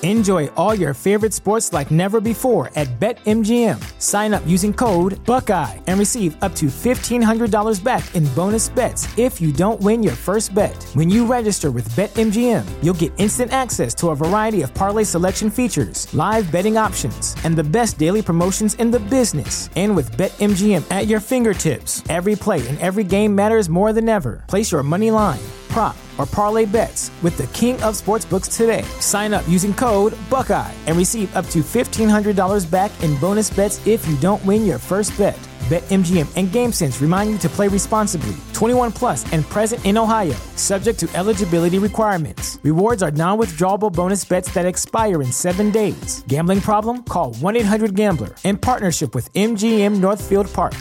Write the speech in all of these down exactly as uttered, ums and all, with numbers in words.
Enjoy all your favorite sports like never before at BetMGM. Sign up using code Buckeye and receive up to fifteen hundred dollars back in bonus bets if you don't win your first bet. When you register with BetMGM, you'll get instant access to a variety of parlay selection features, live betting options, and the best daily promotions in the business. And with BetMGM at your fingertips, every play and every game matters more than ever. Place your money line, prop, or parlay bets with the king of sportsbooks today. Sign up using code Buckeye and receive up to fifteen hundred dollars back in bonus bets if you don't win your first bet. BetMGM and GameSense remind you to play responsibly. twenty-one plus and present in Ohio, subject to eligibility requirements. Rewards are non-withdrawable bonus bets that expire in seven days. Gambling problem? Call one eight hundred gambler in partnership with M G M Northfield Park.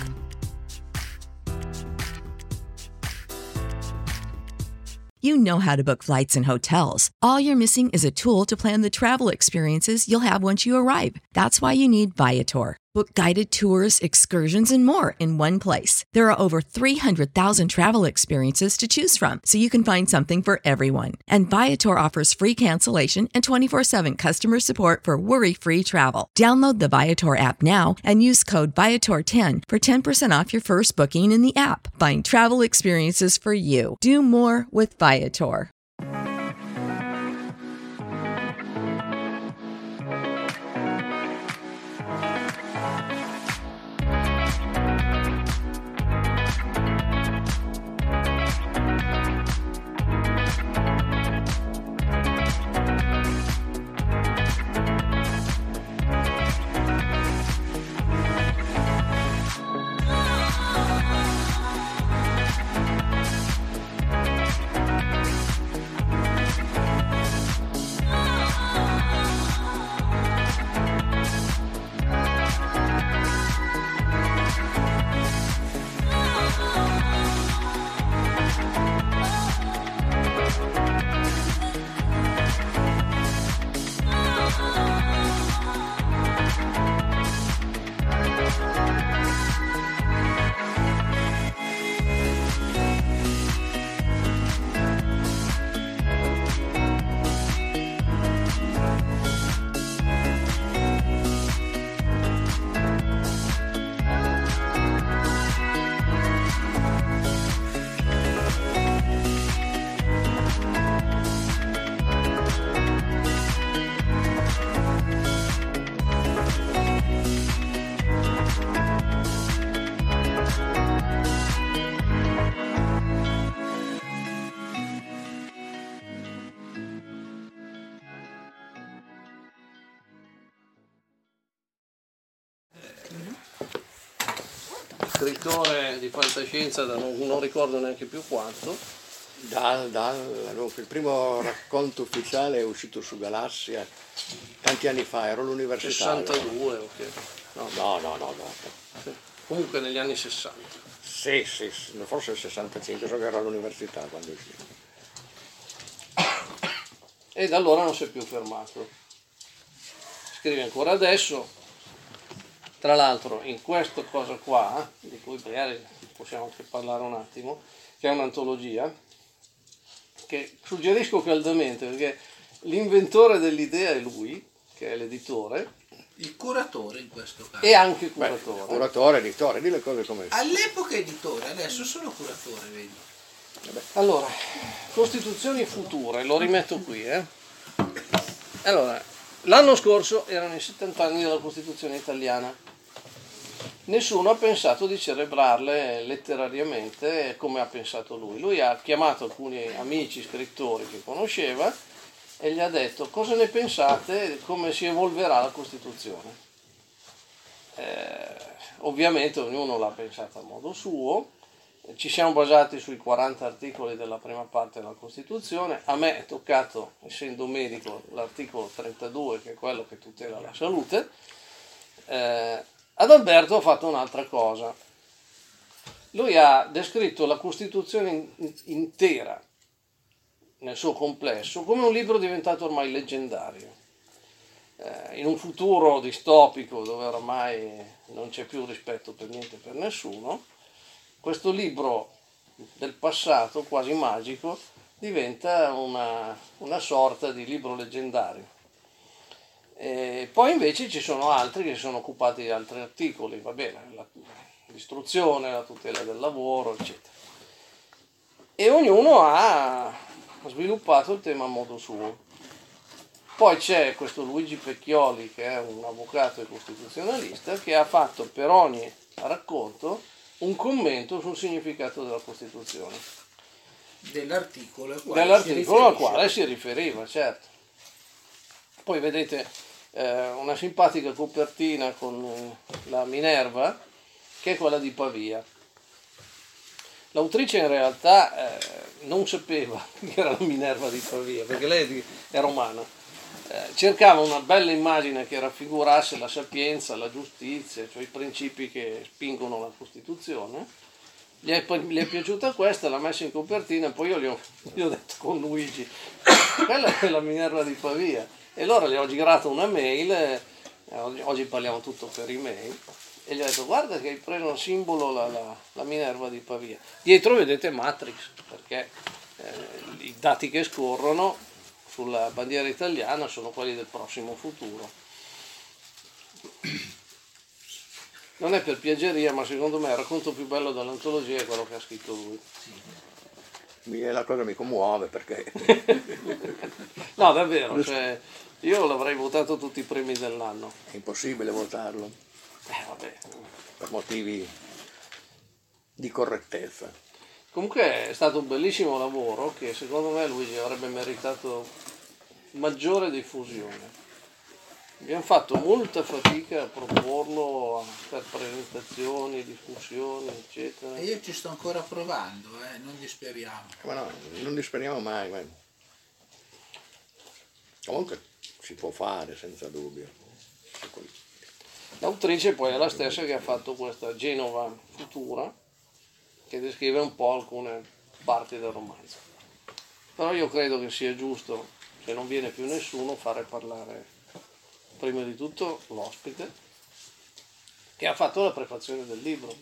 You know how to book flights and hotels. All you're missing is a tool to plan the travel experiences you'll have once you arrive. That's why you need Viator. Book guided tours, excursions, and more in one place. There are over three hundred thousand travel experiences to choose from, so you can find something for everyone. And Viator offers free cancellation and twenty-four seven customer support for worry-free travel. Download the Viator app now and use code Viator ten for ten percent off your first booking in the app. Find travel experiences for you. Do more with Viator. Scrittore di fantascienza da non, non ricordo neanche più quanto. Da, da, il primo racconto ufficiale è uscito su Galassia tanti anni fa, ero all'università. sessantadue, ok. No, no, no, no. no. Sì. Comunque negli anni sessanta. Sì, sì, forse il sessantacinque, so che ero all'università quando uscì. E da allora non si è più fermato. Scrive ancora adesso. Tra l'altro in questa cosa qua, di cui magari possiamo anche parlare un attimo, che è un'antologia, che suggerisco caldamente perché l'inventore dell'idea è lui, che è l'editore. Il curatore in questo caso. E anche curatore. Beh, curatore, editore, di le cose come... All'epoca editore, adesso sono curatore, vedi. Vabbè. Allora, Costituzioni future, lo rimetto qui, eh. Allora, l'anno scorso erano i settanta anni della Costituzione italiana. Nessuno ha pensato di celebrarle letterariamente come ha pensato lui. Lui ha chiamato alcuni amici scrittori che conosceva e gli ha detto: cosa ne pensate, come si evolverà la Costituzione? Eh, ovviamente ognuno l'ha pensata a modo suo. Ci siamo basati sui quaranta articoli della prima parte della Costituzione. A me è toccato, essendo medico, l'articolo trentadue, che è quello che tutela la salute. Eh, ad Alberto ha fatto un'altra cosa. Lui ha descritto la Costituzione intera, nel suo complesso, come un libro diventato ormai leggendario. Eh, in un futuro distopico, dove oramai non c'è più rispetto per niente per nessuno, questo libro del passato, quasi magico, diventa una, una sorta di libro leggendario. E poi invece ci sono altri che si sono occupati di altri articoli, va bene, la, l'istruzione, la tutela del lavoro, eccetera. E ognuno ha sviluppato il tema a modo suo. Poi c'è questo Luigi Pecchioli, che è un avvocato e costituzionalista, che ha fatto per ogni racconto un commento sul significato della Costituzione. Dell'articolo al quale, Dell'articolo al quale si riferiva, certo. Poi vedete eh, una simpatica copertina con eh, la Minerva, che è quella di Pavia. L'autrice in realtà eh, non sapeva che era la Minerva di Pavia, perché lei è romana. Eh, cercava una bella immagine che raffigurasse la sapienza, la giustizia, cioè i principi che spingono la Costituzione. Gli è, gli è piaciuta questa, l'ha messa in copertina, e poi io gli ho, gli ho detto con Luigi, quella è la Minerva di Pavia. E allora gli ho girato una mail, eh, oggi, oggi parliamo tutto per email, e gli ho detto guarda che hai preso un simbolo la, la, la Minerva di Pavia. Dietro vedete Matrix, perché eh, i dati che scorrono sulla bandiera italiana sono quelli del prossimo futuro. Non è per piaggeria, ma secondo me il racconto più bello dell'antologia è quello che ha scritto lui. La cosa mi commuove perché... No, davvero, cioè, io l'avrei votato tutti i premi dell'anno. È impossibile votarlo. Eh, vabbè. Per motivi di correttezza. Comunque è stato un bellissimo lavoro che secondo me Luigi avrebbe meritato maggiore diffusione. Abbiamo fatto molta fatica a proporlo per presentazioni, discussioni, eccetera. E io ci sto ancora provando, eh, non disperiamo. Ma no, non disperiamo mai. Ma... Comunque si può fare senza dubbio. L'autrice poi è la stessa che ha fatto questa Genova futura, che descrive un po' alcune parti del romanzo. Però io credo che sia giusto, se non viene più nessuno, fare parlare prima di tutto l'ospite, che ha fatto la prefazione del libro.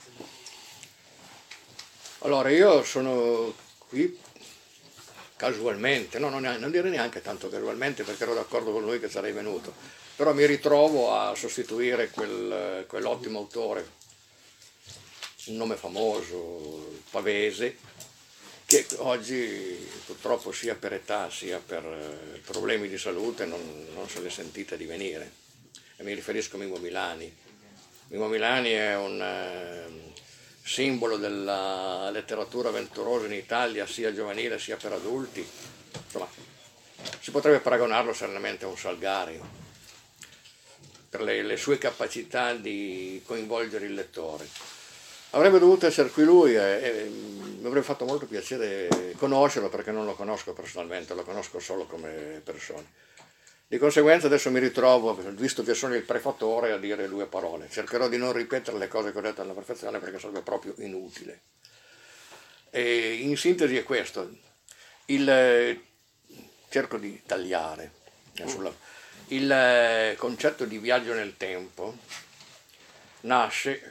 Allora, io sono qui casualmente, no, non, non direi neanche tanto casualmente, perché ero d'accordo con lui che sarei venuto, però mi ritrovo a sostituire quel, quell'ottimo autore, un nome famoso, pavese, che oggi purtroppo sia per età sia per problemi di salute non, non se l'è sentita di venire. E mi riferisco a Mimmo Milani. Mimmo Milani è un eh, simbolo della letteratura avventurosa in Italia, sia giovanile sia per adulti. Insomma, si potrebbe paragonarlo serenamente a un Salgari, per le, le sue capacità di coinvolgere il lettore. Avrebbe dovuto essere qui lui e, e mi avrebbe fatto molto piacere conoscerlo, perché non lo conosco personalmente, lo conosco solo come persona. Di conseguenza adesso mi ritrovo, visto che sono il prefattore, a dire due parole. Cercherò di non ripetere le cose che ho detto alla perfezione, perché sarebbe proprio inutile. E in sintesi è questo. Il, cerco di tagliare. Sulla, il concetto di viaggio nel tempo nasce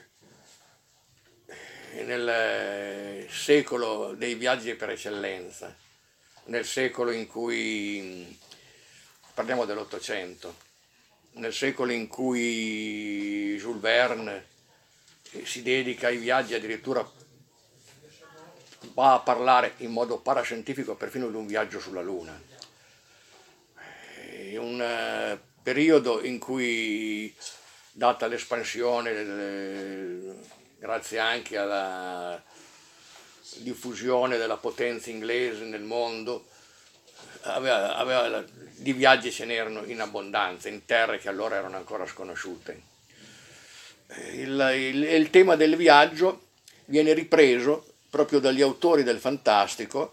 nel secolo dei viaggi per eccellenza, nel secolo in cui, parliamo dell'Ottocento, nel secolo in cui Jules Verne si dedica ai viaggi, addirittura va a parlare in modo parascientifico perfino di un viaggio sulla Luna. È un periodo in cui, data l'espansione, grazie anche alla diffusione della potenza inglese nel mondo, aveva, aveva, di viaggi ce n'erano in abbondanza, in terre che allora erano ancora sconosciute. Il, il, il tema del viaggio viene ripreso proprio dagli autori del fantastico,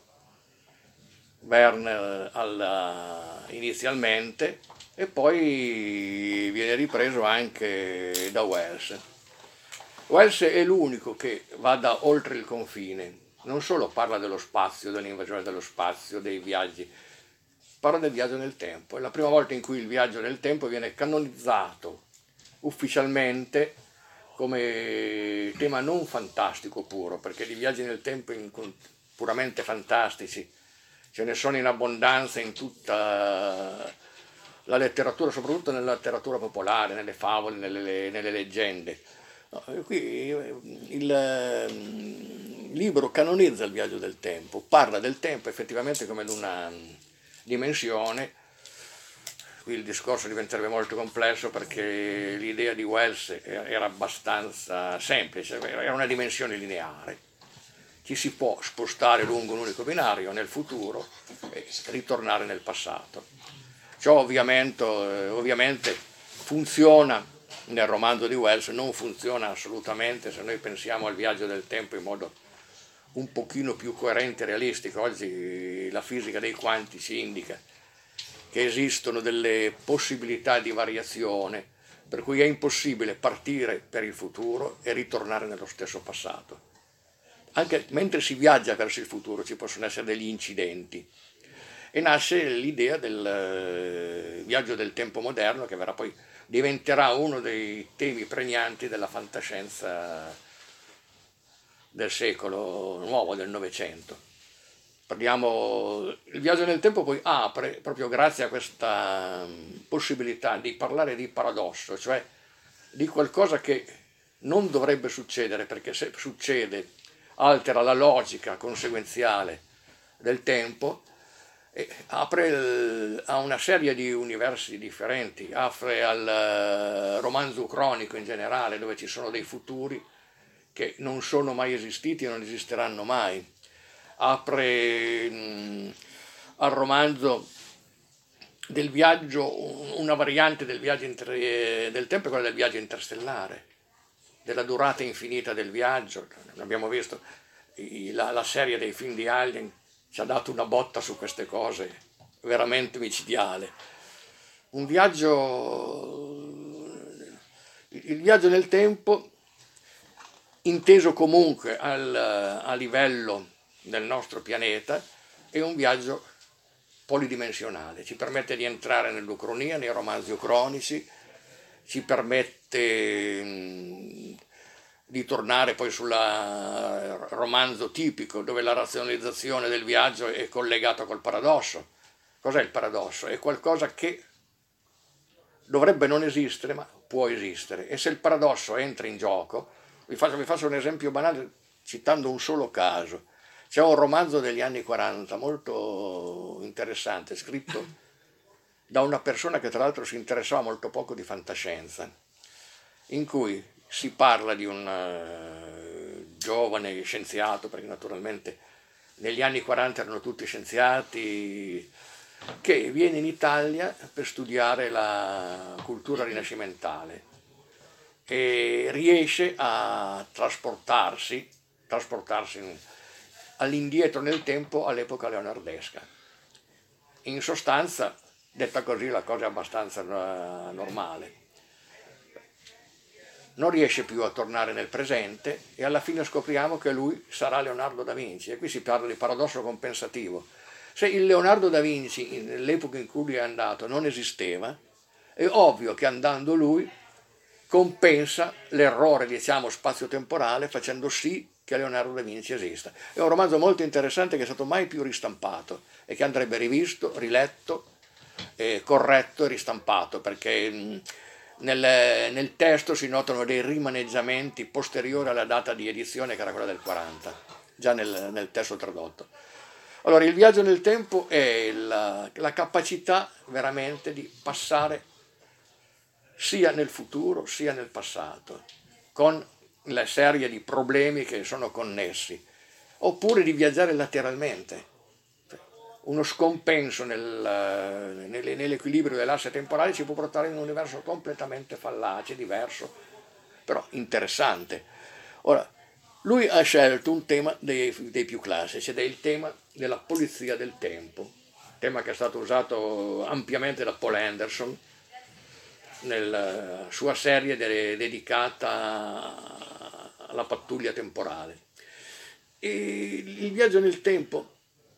Verne alla, inizialmente, e poi viene ripreso anche da Wells. Wells è l'unico che vada oltre il confine, non solo parla dello spazio, dell'invasione dello spazio, dei viaggi, parla del viaggio nel tempo. È la prima volta in cui il viaggio nel tempo viene canonizzato ufficialmente come tema non fantastico puro, perché di viaggi nel tempo in, puramente fantastici ce ne sono in abbondanza in tutta la letteratura, soprattutto nella letteratura popolare, nelle favole, nelle, nelle leggende. No, qui il, il libro canonizza il viaggio del tempo, parla del tempo effettivamente come di una dimensione. Qui il discorso diventerebbe molto complesso perché l'idea di Wells era abbastanza semplice, era una dimensione lineare. Ci si può spostare lungo un unico binario nel futuro e ritornare nel passato. Ciò ovviamente, ovviamente funziona nel romanzo di Wells, non funziona assolutamente se noi pensiamo al viaggio del tempo in modo un pochino più coerente e realistico. Oggi la fisica dei quanti ci indica che esistono delle possibilità di variazione, per cui è impossibile partire per il futuro e ritornare nello stesso passato. Anche mentre si viaggia verso il futuro ci possono essere degli incidenti. E nasce l'idea del viaggio del tempo moderno, che verrà poi, diventerà uno dei temi pregnanti della fantascienza del secolo nuovo, del Novecento. Parliamo, il viaggio nel tempo poi apre, proprio grazie a questa possibilità di parlare di paradosso, cioè di qualcosa che non dovrebbe succedere, perché se succede altera la logica conseguenziale del tempo, e apre il, a una serie di universi differenti, apre al romanzo cronico in generale, dove ci sono dei futuri che non sono mai esistiti e non esisteranno mai, apre mh, al romanzo del viaggio, una variante del viaggio inter, del tempo è quella del viaggio interstellare, della durata infinita del viaggio. Abbiamo visto la, la serie dei film di Alien ci ha dato una botta su queste cose veramente micidiale. Un viaggio, il viaggio nel tempo, inteso comunque al, a livello del nostro pianeta, è un viaggio polidimensionale, ci permette di entrare nell'ucronia, nei romanzi ucronici, ci permette mh, di tornare poi sul romanzo tipico, dove la razionalizzazione del viaggio è collegata col paradosso. Cos'è il paradosso? È qualcosa che dovrebbe non esistere, ma può esistere. E se il paradosso entra in gioco, vi faccio, vi faccio un esempio banale citando un solo caso. C'è un romanzo degli anni quaranta molto interessante, scritto da una persona che tra l'altro si interessava molto poco di fantascienza, in cui si parla di un uh, giovane scienziato, perché naturalmente negli anni quaranta erano tutti scienziati, che viene in Italia per studiare la cultura rinascimentale e riesce a trasportarsi, trasportarsi in, all'indietro nel tempo all'epoca leonardesca. In sostanza, detta così, la cosa è abbastanza uh, normale. Non riesce più a tornare nel presente e alla fine scopriamo che lui sarà Leonardo da Vinci. E qui si parla di paradosso compensativo. Se il Leonardo da Vinci, nell'epoca in cui lui è andato, non esisteva, è ovvio che andando lui compensa l'errore, diciamo, spazio-temporale, facendo sì che Leonardo da Vinci esista. È un romanzo molto interessante che è stato mai più ristampato e che andrebbe rivisto, riletto, eh, corretto e ristampato, perché mh, nel, nel testo si notano dei rimaneggiamenti posteriori alla data di edizione, che era quella del quaranta, già nel, nel testo tradotto. Allora, il viaggio nel tempo è la, la capacità veramente di passare sia nel futuro sia nel passato, con la serie di problemi che sono connessi, oppure di viaggiare lateralmente. Uno scompenso nel, nell'equilibrio dell'asse temporale ci può portare in un universo completamente fallace, diverso, però interessante. Ora, lui ha scelto un tema dei, dei più classici, ed è il tema della polizia del tempo, tema che è stato usato ampiamente da Paul Anderson nella sua serie de- dedicata alla pattuglia temporale. E il viaggio nel tempo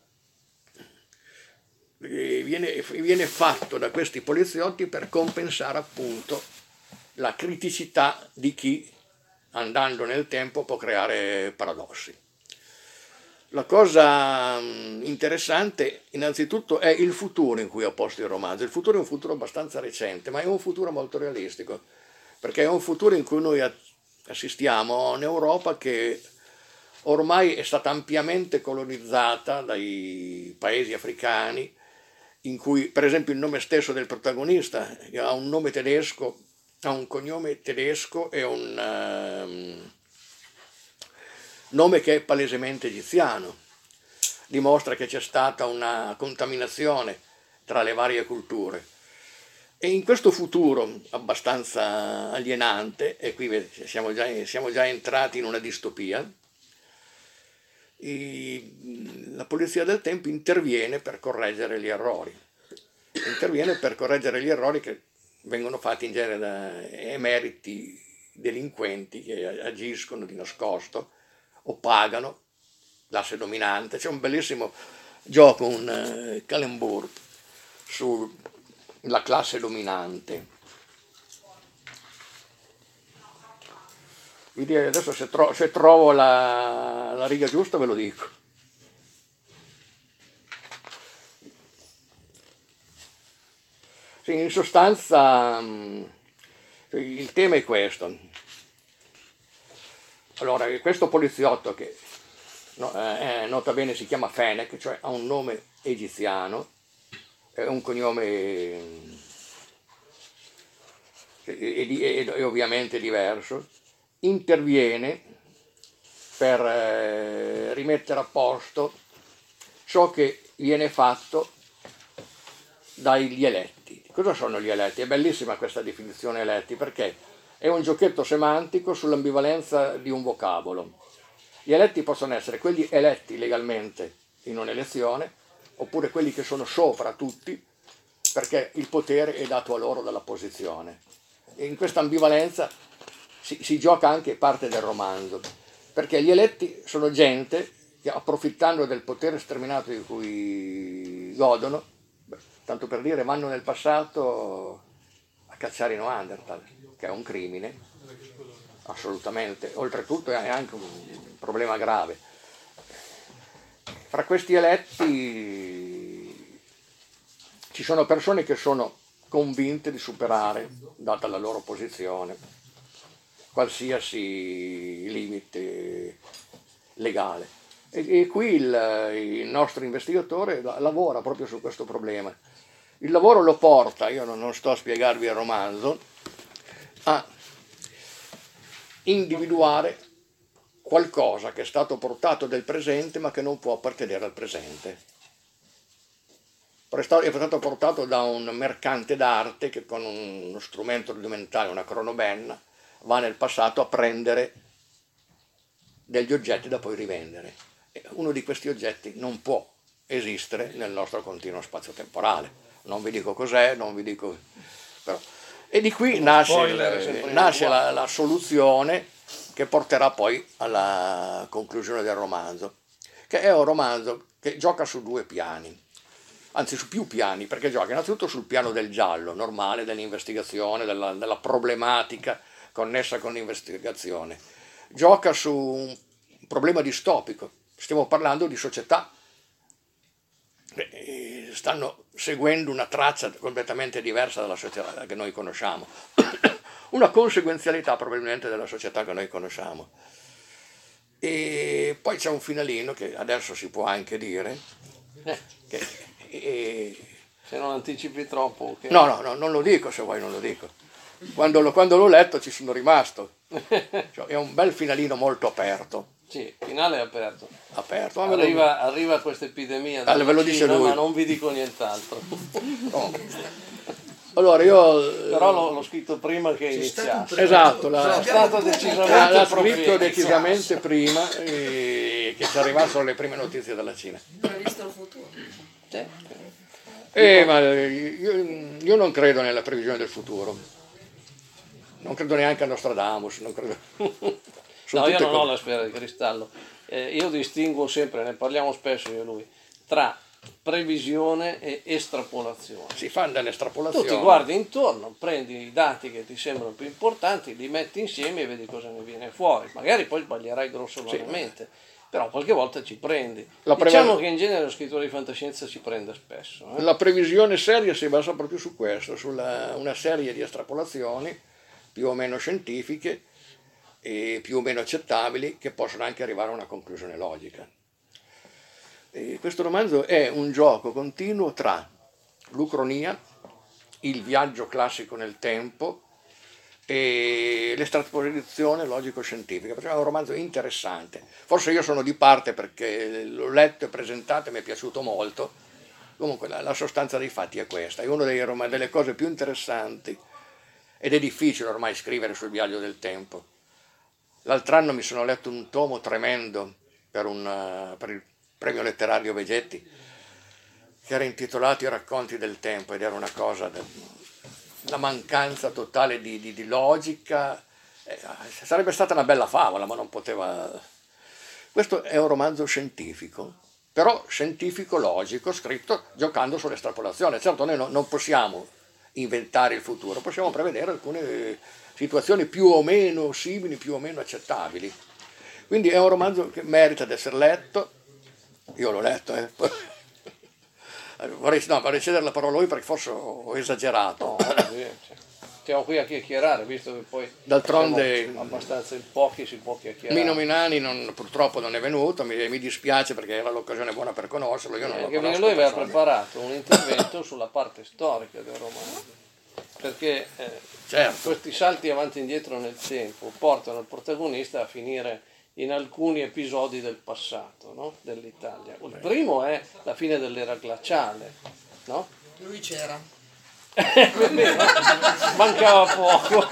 viene, viene fatto da questi poliziotti per compensare appunto la criticità di chi, andando nel tempo, può creare paradossi. La cosa interessante innanzitutto è il futuro in cui ho posto il romanzo. Il futuro è un futuro abbastanza recente, ma è un futuro molto realistico, perché è un futuro in cui noi assistiamo a un'Europa che ormai è stata ampiamente colonizzata dai paesi africani, in cui per esempio il nome stesso del protagonista ha un nome tedesco, ha un cognome tedesco e un uh, nome che è palesemente egiziano. Dimostra che c'è stata una contaminazione tra le varie culture. E in questo futuro abbastanza alienante, e qui siamo già, siamo già entrati in una distopia, la polizia del tempo interviene per correggere gli errori. Interviene per correggere gli errori che vengono fatti in genere da emeriti delinquenti che agiscono di nascosto o pagano l'asse dominante. C'è un bellissimo gioco, un uh, calembour sulla classe dominante. Quindi adesso se, tro- se trovo la, la riga giusta ve lo dico. Sì, in sostanza il tema è questo. Allora, questo poliziotto che no, eh, nota bene si chiama Fennec, cioè ha un nome egiziano, è un cognome e, e, e ovviamente diverso, interviene per eh, rimettere a posto ciò che viene fatto dagli eletti. Cosa sono gli eletti? È bellissima questa definizione eletti, perché è un giochetto semantico sull'ambivalenza di un vocabolo. Gli eletti possono essere quelli eletti legalmente in un'elezione, oppure quelli che sono sopra tutti, perché il potere è dato a loro dalla posizione. E in questa ambivalenza si, si gioca anche parte del romanzo, perché gli eletti sono gente che, approfittando del potere sterminato di cui godono, beh, tanto per dire, vanno nel passato a cacciare i Neanderthal, che è un crimine, assolutamente. Oltretutto è anche un problema grave. Fra questi eletti ci sono persone che sono convinte di superare, data la loro posizione, qualsiasi limite legale. E, e qui il, il nostro investigatore lavora proprio su questo problema. Il lavoro lo porta, io non, non sto a spiegarvi il romanzo, a individuare qualcosa che è stato portato del presente ma che non può appartenere al presente. È stato portato da un mercante d'arte che con uno strumento rudimentale, una cronobenna, va nel passato a prendere degli oggetti da poi rivendere. E uno di questi oggetti non può esistere nel nostro continuo spazio temporale. Non vi dico cos'è, non vi dico... Però. E di qui nasce, nasce la, la soluzione che porterà poi alla conclusione del romanzo, che è un romanzo che gioca su due piani, anzi su più piani, perché gioca innanzitutto sul piano del giallo, normale, dell'investigazione, della, della problematica connessa con l'investigazione. Gioca su un problema distopico, stiamo parlando di società che stanno seguendo una traccia completamente diversa dalla società che noi conosciamo, una conseguenzialità probabilmente della società che noi conosciamo. E poi c'è un finalino che adesso si può anche dire, eh. che, e... se non anticipi troppo. Che... No, no, no, non lo dico, se vuoi non lo dico. Quando, lo, quando l'ho letto ci sono rimasto. Cioè, è un bel finalino molto aperto. Sì, il finale è aperto. Aperto. Arriva, arriva questa epidemia allora, ve lo dice Cina, lui. Ma non vi dico nient'altro. No. Allora io... Però l'ho, l'ho scritto prima che iniziasse. Esatto, l'ha, l'ha, stato decisamente l'ha scritto decisamente prima eh, che ci arrivassero le prime notizie dalla Cina. Ha visto il futuro. Sì. Eh, ma io, io non credo nella previsione del futuro. Non credo neanche a Nostradamus, non credo. No, io non cose. ho la sfera di cristallo. Eh, io distinguo sempre, ne parliamo spesso io e lui, tra previsione e estrapolazione. Si fanno delle estrapolazioni. Tu ti guardi intorno, prendi i dati che ti sembrano più importanti, li metti insieme e vedi cosa ne viene fuori. Magari poi sbaglierai grossolanamente, sì. però qualche volta ci prendi. La Diciamo preve- che in genere lo scrittore di fantascienza ci prende spesso. Eh? La previsione seria si basa proprio su questo, sulla una serie di estrapolazioni più o meno scientifiche e più o meno accettabili che possono anche arrivare a una conclusione logica. E questo romanzo è un gioco continuo tra l'ucronia, il viaggio classico nel tempo e l'estrapolazione logico-scientifica. Perché è un romanzo interessante. Forse io sono di parte perché l'ho letto e presentato e mi è piaciuto molto. Comunque la, la sostanza dei fatti è questa. È una delle cose più interessanti ed è difficile ormai scrivere sul viaggio del tempo. L'altro anno mi sono letto un tomo tremendo per, un, per il premio letterario Vegetti che era intitolato I racconti del tempo ed era una cosa, la mancanza totale di, di, di logica. Eh, sarebbe stata una bella favola, ma non poteva. Questo è un romanzo scientifico, però scientifico-logico, scritto giocando sull'estrapolazione. Certo, noi no, non possiamo inventare il futuro, possiamo prevedere alcune situazioni più o meno simili, più o meno accettabili. Quindi è un romanzo che merita di essere letto. Io l'ho letto, eh. vorrei, no, vorrei cedere la parola a lui perché forse ho esagerato. No, stiamo qui a chiacchierare, visto che poi D'altronde abbastanza in pochi si può chiacchierare. Mino Minani non, purtroppo non è venuto, mi, mi dispiace perché era l'occasione buona per conoscerlo. Io non lo Anche conosco perché lui aveva personalmente. preparato un intervento sulla parte storica del romanzo, perché eh, Certo. questi salti avanti e indietro nel tempo portano il protagonista a finire in alcuni episodi del passato, no? Dell'Italia. Il primo è la fine dell'era glaciale, no? Lui c'era. Mancava poco.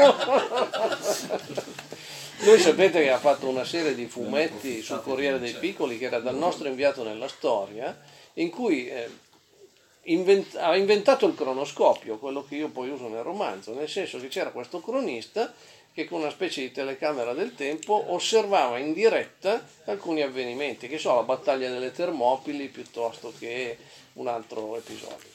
Lui sapete che ha fatto una serie di fumetti sul Corriere dei Piccoli, che era dal nostro inviato nella storia, in cui eh, invent- ha inventato il cronoscopio, quello che io poi uso nel romanzo, nel senso che c'era questo cronista che con una specie di telecamera del tempo osservava in diretta alcuni avvenimenti, che so, la battaglia delle Termopili piuttosto che un altro episodio.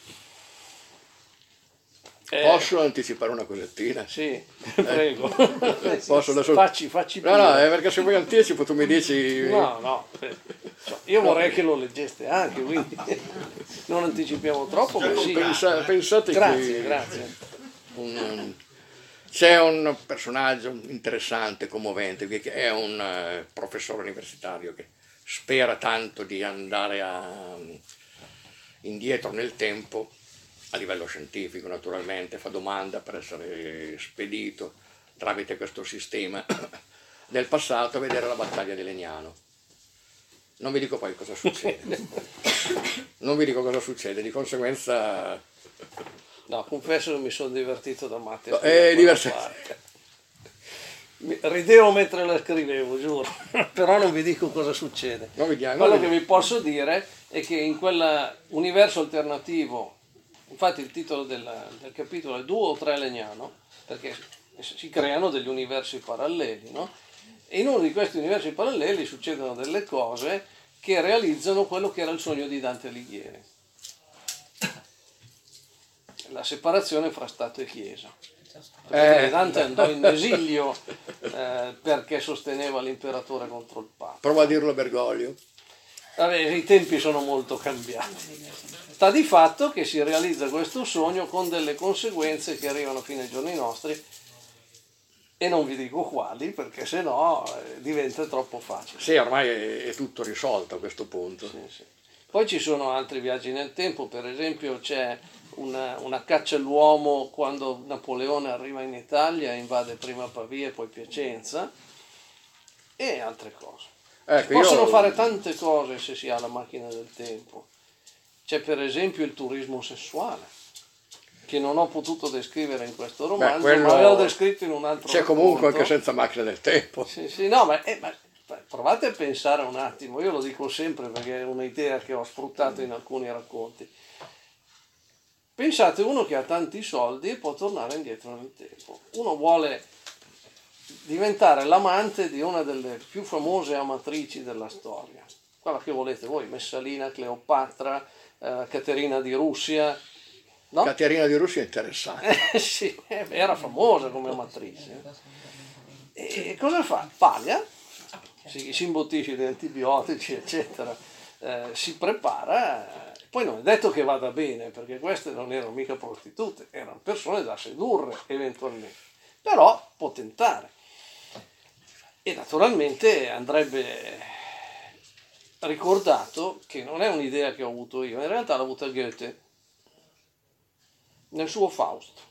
Eh, Posso anticipare una cosettina? Sì, prego. Posso adesso? Facci, facci No, no, pure. è perché se vuoi anticipo tu mi dici. No, no. Cioè, io vorrei che lo leggeste anche, quindi non anticipiamo troppo, ma sì. Pensa- pensate Grazie, che grazie. un- c'è un personaggio interessante, commovente, che è un eh, professore universitario che spera tanto di andare a, indietro nel tempo, a livello scientifico naturalmente, fa domanda per essere spedito tramite questo sistema nel passato a vedere la battaglia di Legnano. Non vi dico poi cosa succede, non vi dico cosa succede, di conseguenza No, confesso che mi sono divertito da matti. è divertente. Mi- Ridevo mentre la scrivevo, giuro, però non vi dico cosa succede. Non vediamo, Quello non che vediamo. vi posso dire è che in quell'universo alternativo, infatti il titolo del, del capitolo è Due o tre Legnano, perché si creano degli universi paralleli, no? E in uno di questi universi paralleli succedono delle cose che realizzano quello che era il sogno di Dante Alighieri. La separazione fra Stato e Chiesa. Perché Eh, Dante andò in esilio eh, perché sosteneva l'imperatore contro il Papa. prova a dirlo Bergoglio. Vabbè, i tempi sono molto cambiati. Sta di fatto che si realizza questo sogno con delle conseguenze che arrivano fino ai giorni nostri, e non vi dico quali, perché sennò eh, diventa troppo facile. Sì, ormai è, è tutto risolto a questo punto. Sì, sì. Poi ci sono altri viaggi nel tempo, per esempio c'è una, una caccia all'uomo quando Napoleone arriva in Italia, invade prima Pavia e poi Piacenza, e altre cose. Ecco, Si possono io- fare tante cose se si ha la macchina del tempo. C'è per esempio il turismo sessuale, che non ho potuto descrivere in questo romanzo, quello- ma avevo descritto in un altro C'è comunque racconto. anche senza macchina del tempo. Sì, sì, no, ma, eh, ma provate a pensare un attimo, io lo dico sempre perché è un'idea che ho sfruttato in alcuni racconti. Pensate uno che ha tanti soldi e può tornare indietro nel tempo. Uno vuole diventare l'amante di una delle più famose amatrici della storia. Quella che volete voi, Messalina, Cleopatra, eh, Caterina di Russia. No? Caterina di Russia è interessante. Eh, sì, era famosa come amatrice. E cosa fa? Paglia si, si imbottisce di antibiotici, eccetera, eh, si prepara, poi non è detto che vada bene, perché queste non erano mica prostitute, erano persone da sedurre eventualmente, però può tentare. E naturalmente andrebbe ricordato che non è un'idea che ho avuto io, in realtà l'ha avuta Goethe nel suo Fausto.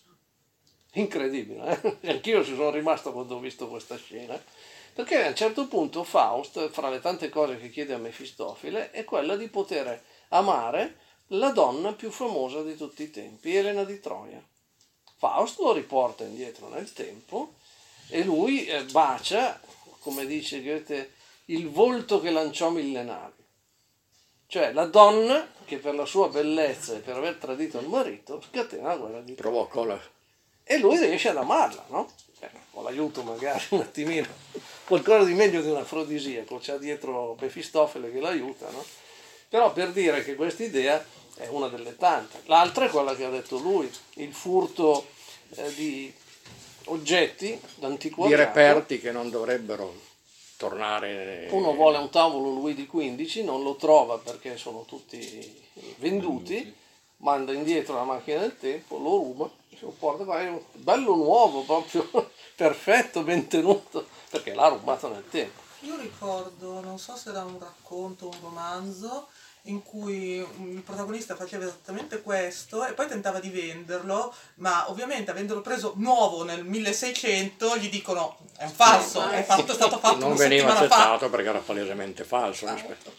Incredibile, eh? Anch'io ci sono rimasto quando ho visto questa scena, perché a un certo punto Faust, fra le tante cose che chiede a Mefistofele, è quella di poter amare la donna più famosa di tutti i tempi, Elena di Troia. Faust lo riporta indietro nel tempo e lui eh, bacia, come dice Goethe, il volto che lanciò millenari. Cioè la donna che per la sua bellezza e per aver tradito il marito scatena la guerra di Troia. Provocò la... E lui riesce ad amarla, no? Eh, con l'aiuto magari un attimino, qualcosa di meglio di un afrodisiaco, c'ha dietro Mefistofele che l'aiuta, no? Però per dire che questa idea è una delle tante. L'altra è quella che ha detto lui, il furto eh, di oggetti d'antiquariato. Di reperti che non dovrebbero tornare. Uno vuole un tavolo Louis di quindici, non lo trova perché sono tutti venduti, manda indietro la macchina del tempo, lo ruba, se lo porta qua, è bello nuovo, proprio perfetto, ben tenuto, perché l'ha rubato nel tempo. Io ricordo, non so se era un racconto, un romanzo, in cui il protagonista faceva esattamente questo e poi tentava di venderlo, ma ovviamente avendolo preso nuovo nel milleseicento gli dicono è un falso, è, fatto, è stato fatto non una veniva settimana accettato fa. perché era palesemente falso. Ah, rispetto.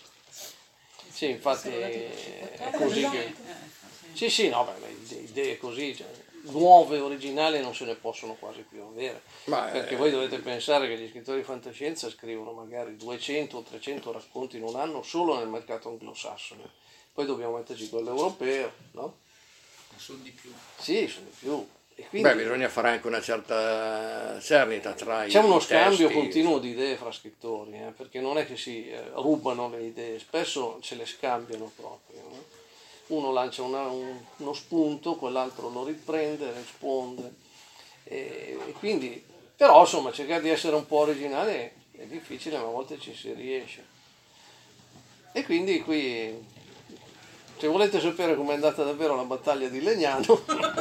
Sì, infatti è così che... Sì, sì, no, beh, le idee così, cioè, nuove, originali non se ne possono quasi più avere. Ma, perché eh, voi dovete pensare che gli scrittori di fantascienza scrivono magari duecento o trecento racconti in un anno solo nel mercato anglosassone. Poi dobbiamo metterci quello europeo, no? Sono di più. Sì, sono di più. E quindi Beh, bisogna fare anche una certa cernita tra i c'è uno i scambio testi. continuo di idee fra scrittori, eh, perché non è che si eh, rubano le idee, spesso ce le scambiano proprio. No? Uno lancia una, un, uno spunto, quell'altro lo riprende, risponde. E, e quindi, però insomma, cercare di essere un po' originale è difficile, ma a volte ci si riesce. E quindi qui, se volete sapere com'è andata davvero la battaglia di Legnano,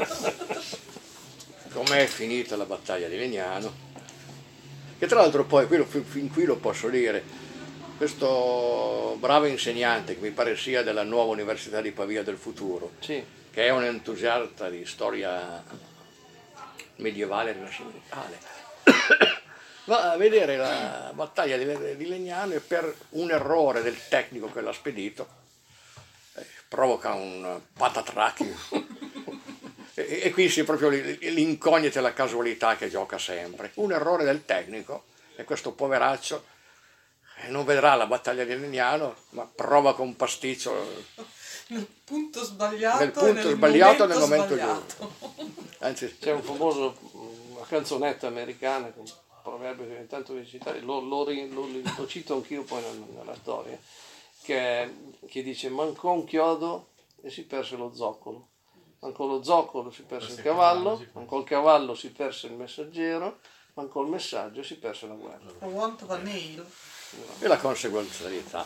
Com'è finita la battaglia di Legnano, che tra l'altro poi, qui lo, fin qui lo posso dire, questo bravo insegnante che mi pare sia della nuova Università di Pavia del futuro, sì, che è un entusiasta di storia medievale e rinascimentale, va a vedere la battaglia di, di Legnano e per un errore del tecnico che l'ha spedito eh, provoca un patatrack. E, e qui si proprio l'incognita e la casualità che gioca sempre. Un errore del tecnico e questo poveraccio non vedrà la battaglia di Legnano, ma provoca un pasticcio Nel punto sbagliato, nel punto nel sbagliato momento nel momento sbagliato. giusto. Anzi, c'è un famoso, una canzonetta americana, un proverbio che ogni tanto vi citate, lo, lo, lo, lo cito anch'io poi nella storia, che, che dice: mancò un chiodo e si perse lo zoccolo, mancò lo zoccolo si perse il cavallo, mancò il cavallo si perse il messaggero, mancò il messaggio e si perse la guerra. For want of a nail. e la conseguenzialità.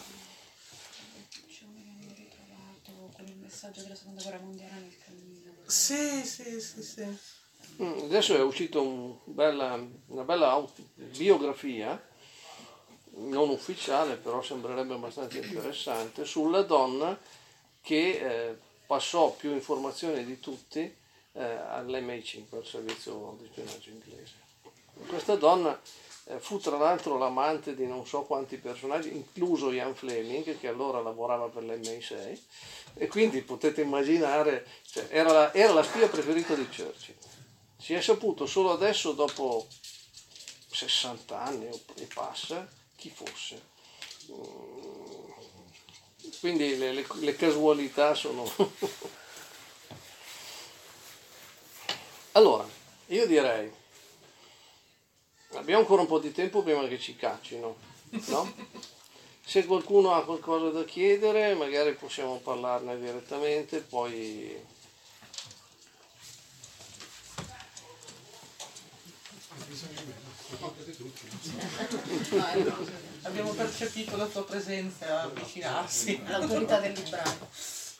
Ritrovato con il messaggio della seconda guerra mondiale nel cammino. Sì, sì, sì, sì. Mm, Adesso è uscita un bella, una bella aut- biografia, non ufficiale, però sembrerebbe abbastanza interessante, sulla donna che eh, passò più informazioni di tutti eh, all'M I cinque, al servizio di spionaggio inglese. Questa donna eh, fu tra l'altro l'amante di non so quanti personaggi, incluso Ian Fleming, che allora lavorava per l'M I sei, e quindi potete immaginare, cioè, era, la, era la spia preferita di Churchill. Si è saputo solo adesso, dopo sessanta anni e passa, chi fosse. Quindi le, le, le casualità sono... Allora, io direi, abbiamo ancora un po' di tempo prima che ci caccino, no? Se qualcuno ha qualcosa da chiedere, magari possiamo parlarne direttamente, poi... Abbiamo percepito la tua presenza avvicinarsi. L'autorità del libraio.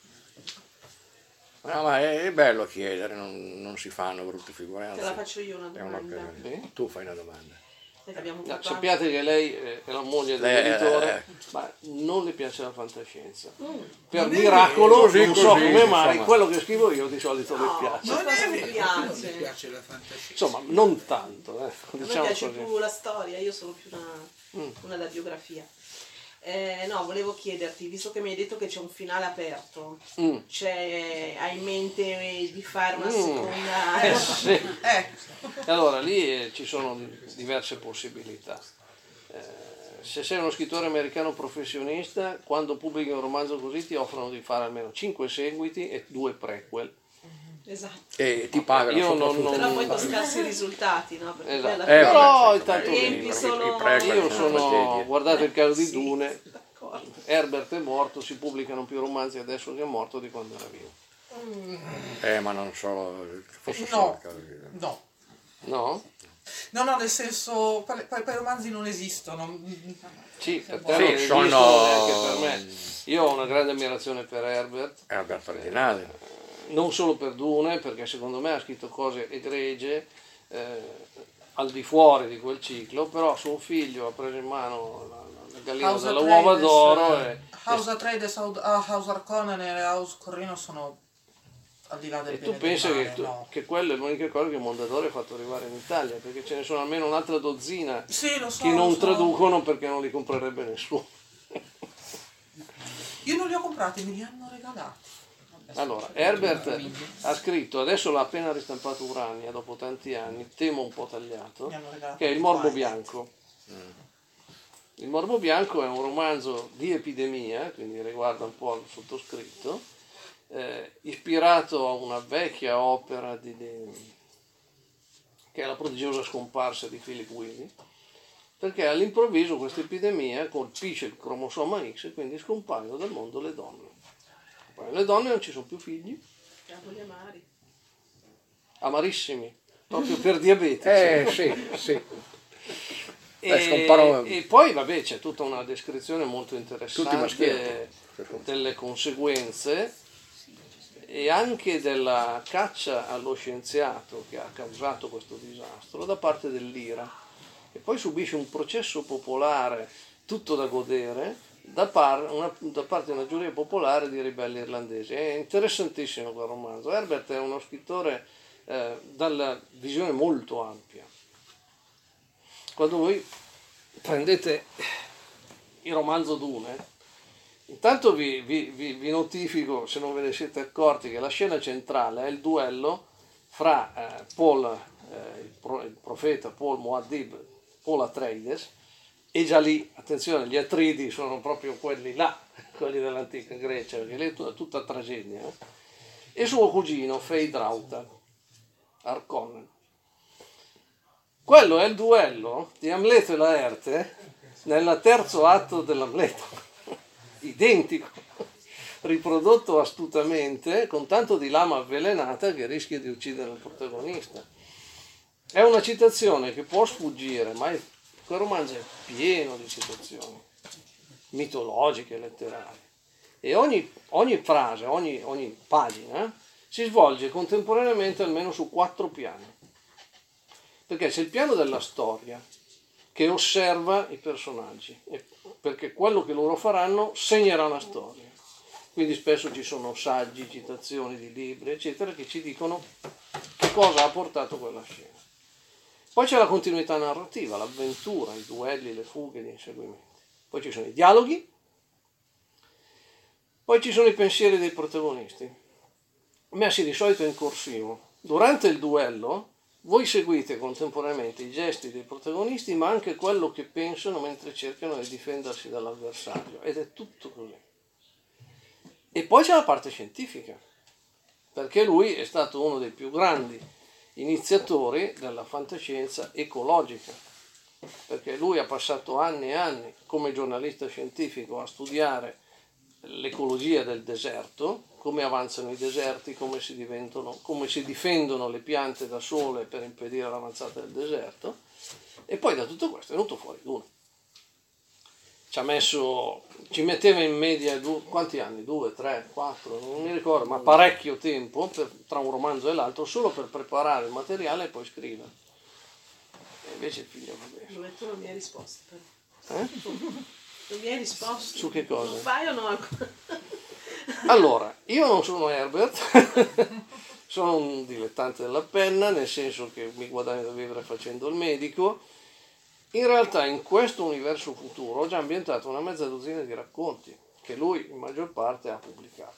No, ma è, è bello chiedere, non, non si fanno brutte figure. Te la faccio io una È domanda. un'occasione. Sì. Tu fai una domanda. Abbiamo No, un sappiate che lei è la moglie Lei è- dell'editore, eh. ma non le piace la fantascienza. Mm. Per Non è miracolo, vero. non Così, so così, come mai, insomma. quello che scrivo io di solito le No, piace. non cosa mi Non mi piace. piace la fantascienza. Insomma, non tanto, eh, A me diciamo piace così. più la storia, io sono più una, una da biografia. Eh, no, volevo chiederti, visto che mi hai detto che c'è un finale aperto, Mm. c'è, hai in mente di fare una Mm. seconda... Eh, sì. Eh, Allora, lì eh, ci sono diverse possibilità. Eh, se sei uno scrittore americano professionista, quando pubblichi un romanzo così ti offrono di fare almeno cinque seguiti e due prequel. Esatto. E ti pagano Io non- soprattutto. Però poi non- con scarsi risultati, no? Perché poi Esatto. alla Eh, fine vabbè, Però certo, intanto i- riempi i- solo- i prequel io sono sono, tragedie. guardate il caso di Sì, Dune, d'accordo. Herbert è morto, si pubblicano più romanzi adesso che è morto di quando era vivo. Eh, ma non solo, forse no, solo il caso di- no. No? No, no, nel senso, poi, poi poi i romanzi non esistono. Sì, per te Sì, non esistono, sono- neanche per me. Io ho una grande ammirazione per Herbert, È Alberto Ordinale. non solo per Dune, perché secondo me ha scritto cose egregie eh, al di fuori di quel ciclo, però suo figlio ha preso in mano la, la gallina House delle uova Atreides, d'oro eh, e, House Atreides, House House Harkonnen e House Corrino sono al di là del e tu bene e del pensi male, che, tu- no. che quella è l'unica cosa che Mondadori ha fatto arrivare in Italia, perché ce ne sono almeno un'altra dozzina Sì, lo so, che non lo so. traducono perché non li comprerebbe nessuno. Io non li ho comprati, me li hanno regalati. Allora, Herbert ha scritto, adesso l'ha appena ristampato Urania dopo tanti anni, temo un po' tagliato, Mi hanno regalato che è Il Morbo Twilight. Bianco. Il Morbo Bianco è un romanzo di epidemia, quindi riguarda un po' il sottoscritto, eh, ispirato a una vecchia opera di, di- che è La prodigiosa scomparsa di Philip Willy, perché all'improvviso questa epidemia colpisce il cromosoma X e quindi scompaiono dal mondo le donne. Poi le donne non ci sono più figli, Cavoli amari. amarissimi, proprio per diabete. Eh, sì, sì. E, Beh, scomparono- e poi vabbè c'è tutta una descrizione molto Tutti interessante maschietti. delle conseguenze e anche della caccia allo scienziato che ha causato questo disastro da parte dell'Ira, che poi subisce un processo popolare tutto da godere da, par- una- da parte di una giuria popolare di ribelli irlandesi. È interessantissimo quel romanzo. Herbert è uno scrittore eh, dalla visione molto ampia. Quando voi prendete il romanzo Dune, intanto vi, vi- vi- vi notifico, se non ve ne siete accorti, che la scena centrale è il duello fra eh, Paul, eh, il, pro- il profeta Paul Muad'Dib, Paul Atreides, e già lì, attenzione, gli Atridi sono proprio quelli là, quelli dell'antica Grecia, perché lì è tutta, tutta tragedia, eh? E suo cugino Feyd-Rautha, Harkonnen. Quello è il duello di Amleto e Laerte nel terzo atto dell'Amleto, identico, riprodotto astutamente con tanto di lama avvelenata che rischia di uccidere il protagonista. È una citazione che può sfuggire, ma è- quel romanzo è pieno di citazioni mitologiche, letterarie, e ogni, ogni frase, ogni, ogni pagina si svolge contemporaneamente almeno su quattro piani. Perché c'è il piano della storia, che osserva i personaggi, e- perché quello che loro faranno segnerà la storia. Quindi spesso ci sono saggi, citazioni di libri, eccetera, che ci dicono che cosa ha portato quella scena. Poi c'è la continuità narrativa, l'avventura, i duelli, le fughe, gli inseguimenti. Poi ci sono i dialoghi, poi ci sono i pensieri dei protagonisti, messi di solito in corsivo. Durante il duello voi seguite contemporaneamente i gesti dei protagonisti, ma anche quello che pensano mentre cercano di difendersi dall'avversario, ed è tutto così. E poi c'è la parte scientifica, perché lui è stato uno dei più grandi iniziatori della fantascienza ecologica, perché lui ha passato anni e anni come giornalista scientifico a studiare l'ecologia del deserto, come avanzano i deserti, come si, diventano, come si difendono le piante da sole per impedire l'avanzata del deserto, e poi da tutto questo è venuto fuori Dune. Ci ha messo, ci metteva in media due, quanti anni? Due, tre, quattro, non mi ricordo, ma parecchio tempo per, tra un romanzo e l'altro, solo per preparare il materiale e poi scrivere. E invece il figlio va bene. Dove tu non mi hai risposto però. Eh? Non mi hai risposto. Su che cosa? Lo fai o no? Allora, io non sono Herbert, sono un dilettante della penna, nel senso che mi guadagno da vivere facendo il medico. In realtà in questo universo futuro ho già ambientato una mezza dozzina di racconti che lui in maggior parte ha pubblicato.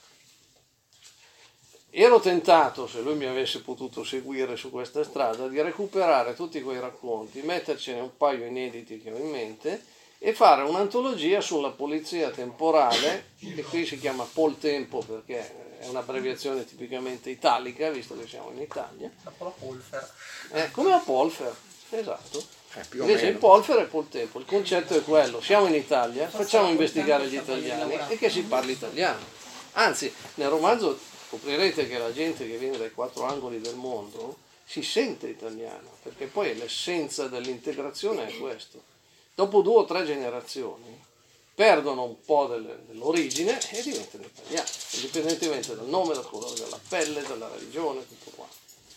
Ero tentato, se lui mi avesse potuto seguire su questa strada, di recuperare tutti quei racconti, mettercene un paio inediti che ho in mente e fare un'antologia sulla polizia temporale, che qui si chiama Poltempo perché è un'abbreviazione tipicamente italica, visto che siamo in Italia. La Polfer. Eh, come la Polfer, esatto. Eh, più o Invece meno. il Polfer e Poltempo, il concetto è quello, siamo in Italia, facciamo investigare gli italiani e che si parli italiano. Anzi, nel romanzo scoprirete che la gente che viene dai quattro angoli del mondo si sente italiano, perché poi l'essenza dell'integrazione è questo. Dopo due o tre generazioni perdono un po' delle, dell'origine e diventano italiani, indipendentemente dal nome, dal colore della pelle, dalla religione, tutto quanto.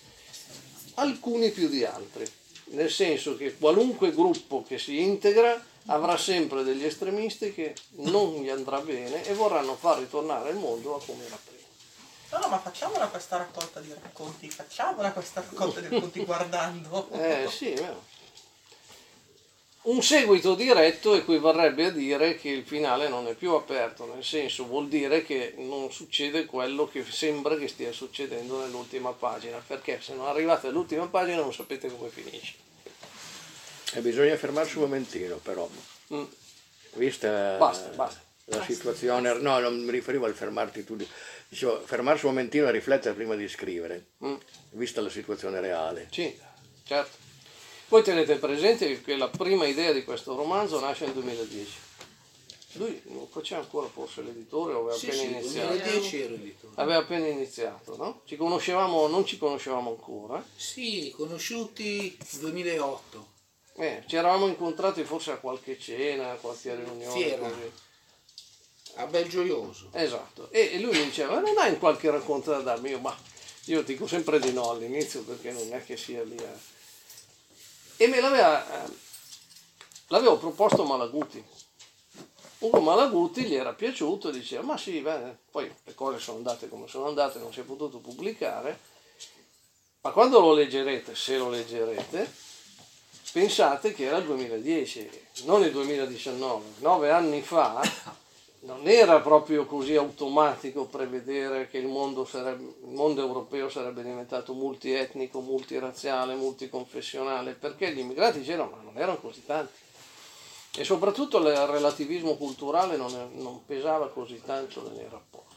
Alcuni più di altri, nel senso che qualunque gruppo che si integra avrà sempre degli estremisti che non gli andrà bene e vorranno far ritornare il mondo a come era prima. No, no, ma facciamola questa raccolta di racconti, facciamola questa raccolta di racconti guardando. Eh sì, vero. Un seguito diretto equivarrebbe a dire che il finale non è più aperto, nel senso vuol dire che non succede quello che sembra che stia succedendo nell'ultima pagina, perché se non arrivate all'ultima pagina non sapete come finisce. E bisogna fermarsi un momentino però, Mm. vista Basta, basta. la Basta, situazione, basta. no, non mi riferivo al fermarti tu, dicevo fermarsi un momentino a riflettere prima di scrivere, Mm. vista la situazione reale. Sì, certo. Voi tenete presente che la prima idea di questo romanzo nasce nel duemiladieci. Lui non faceva ancora forse l'editore o aveva Sì, appena sì, iniziato? duemiladieci ero editore. Aveva appena iniziato, no? Ci conoscevamo, non ci conoscevamo ancora. Sì, conosciuti nel duemilaotto. Eh, ci eravamo incontrati forse a qualche cena, a qualche riunione. Fiera. Così. A Belgioioso. Esatto. E, e lui mi diceva, non hai qualche racconto da darmi? Io, ma io dico sempre di no all'inizio perché non è che sia lì. Eh. E me l'aveva, eh, l'avevo proposto Malaguti. Ugo Malaguti gli era piaciuto e diceva, ma sì, beh, poi le cose sono andate come sono andate, non si è potuto pubblicare, ma quando lo leggerete, se lo leggerete, pensate che era il duemiladieci, non il duemiladiciannove, nove anni fa. Non era proprio così automatico prevedere che il mondo, sarebbe, il mondo europeo sarebbe diventato multietnico, multirazziale, multiconfessionale, perché gli immigrati c'erano, ma non erano così tanti. E soprattutto il relativismo culturale non, è, non pesava così tanto nei rapporti.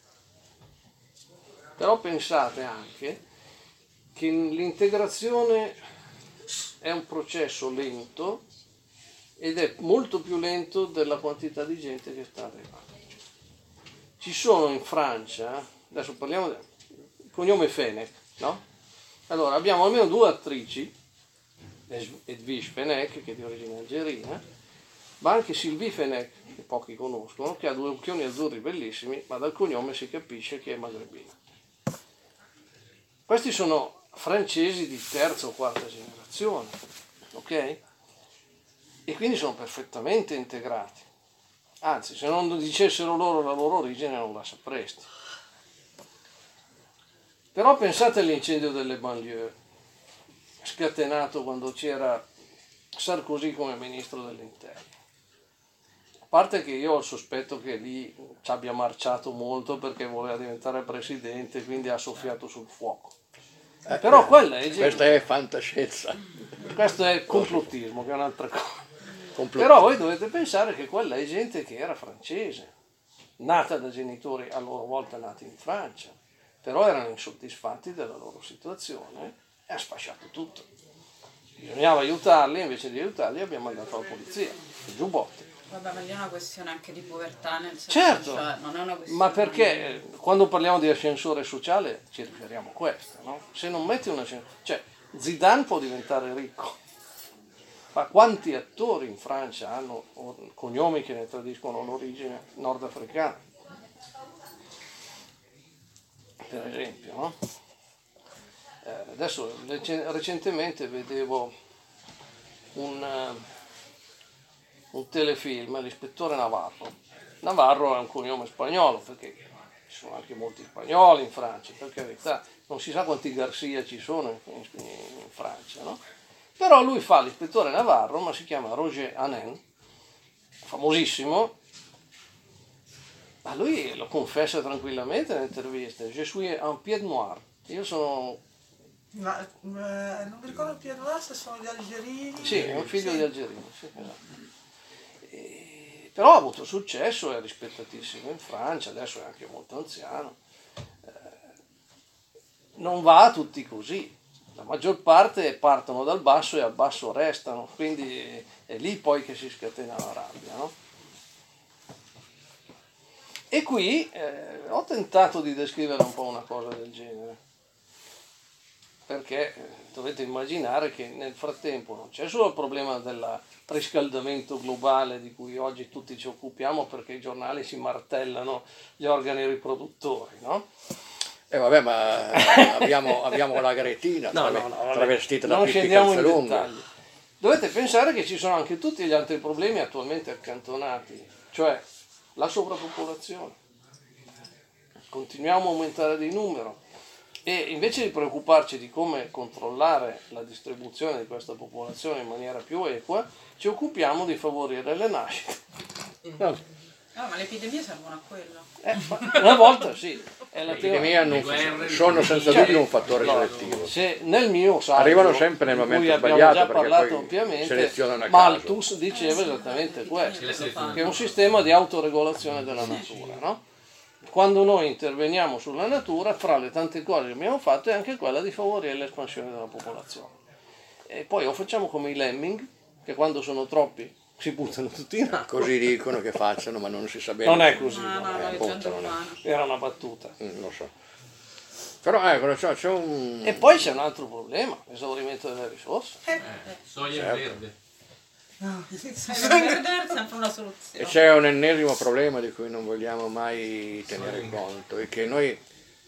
Però pensate anche che l'integrazione è un processo lento ed è molto più lento della quantità di gente che sta arrivando. Ci sono in Francia, adesso parliamo del cognome Fenech, no? Allora abbiamo almeno due attrici, Edwige Fenech, che è di origine algerina, ma anche Sylvie Fenech, che pochi conoscono, che ha due occhioni azzurri bellissimi, ma dal cognome si capisce che è magrebina. Questi sono francesi di terza o quarta generazione, ok? E quindi sono perfettamente integrati. Anzi, se non dicessero loro la loro origine non la sapresti. Però pensate all'incendio delle banlieue, scatenato quando c'era Sarkozy come ministro dell'interno. A parte che io ho il sospetto che lì ci abbia marciato molto perché voleva diventare presidente, quindi ha soffiato sul fuoco. Eh, Però quella è gente. Questa è fantascienza. Questo è complottismo, che è un'altra cosa. Complottismo. Però voi dovete pensare che quella è gente che era francese, nata da genitori a loro volta nati in Francia, però erano insoddisfatti della loro situazione e ha sfasciato tutto. Bisognava aiutarli, invece di aiutarli abbiamo mandato la polizia, i giubbotti. Vabbè, ma lì è una questione anche di povertà, nel senso, Certo, cioè, non è una questione... ma perché eh, quando parliamo di ascensore sociale ci riferiamo a questo, no? Se non metti un ascensore... Cioè, Zidane può diventare ricco, ma quanti attori in Francia hanno cognomi che ne tradiscono l'origine nordafricana? Per esempio, no? Eh, adesso recentemente vedevo un, uh, un telefilm, l'ispettore Navarro. Navarro è un cognome spagnolo, perché ci sono anche molti spagnoli in Francia, per carità, non si sa quanti Garcia ci sono in, in, in Francia, no? Però lui fa l'ispettore Navarro, ma si chiama Roger Hanin, famosissimo, ma lui lo confessa tranquillamente nelle interviste: je suis un pied noir, io sono... Ma, eh, non mi ricordo più se sono gli algerini. Sì, è un figlio sì. di algerini, sì, esatto. E, però ha avuto successo, è rispettatissimo in Francia, adesso è anche molto anziano. Eh, non va tutti così, la maggior parte partono dal basso e al basso restano, quindi è lì poi che si scatena la rabbia, no? E qui eh, ho tentato di descrivere un po' una cosa del genere, perché dovete immaginare che nel frattempo non c'è solo il problema del riscaldamento globale di cui oggi tutti ci occupiamo perché i giornali si martellano gli organi riproduttori, no? Eh vabbè, ma abbiamo, abbiamo la Gretina no, trave- no, no, vabbè. travestita da Non Pippi scendiamo in Calzelunga. dettagli. Dovete pensare che ci sono anche tutti gli altri problemi attualmente accantonati, cioè la sovrappopolazione. Continuiamo a aumentare di numero e invece di preoccuparci di come controllare la distribuzione di questa popolazione in maniera più equa, ci occupiamo di favorire le nascite. Vabbè. No, ma le epidemie servono a quello. Eh, una volta sì. È la Le epidemie hanno- guerre, sono senza Cioè, dubbio un fattore no, selettivo. Se nel mio saggio, Arrivano sempre nel di momento cui abbiamo sbagliato, già perché parlato poi ampiamente, selezionano a caso. Malthus diceva esattamente questo, che è un sistema di autoregolazione della natura, no? Quando noi interveniamo sulla natura, fra le tante cose che abbiamo fatto è anche quella di favorire l'espansione della popolazione. E poi o facciamo come i lemming, che quando sono troppi si buttano tutti in acqua. Così dicono che facciano, ma non si sa bene. Non è così, No, no, no, no, eh, è appunto, gente non è. umana. era una battuta. Mm, lo so. Però ecco, cioè, c'è un... E poi c'è un altro problema, l'esaurimento delle risorse. Soia Certo. verde. Per vedere è sempre una E soluzione. c'è un ennesimo problema di cui non vogliamo mai tenere conto, è che noi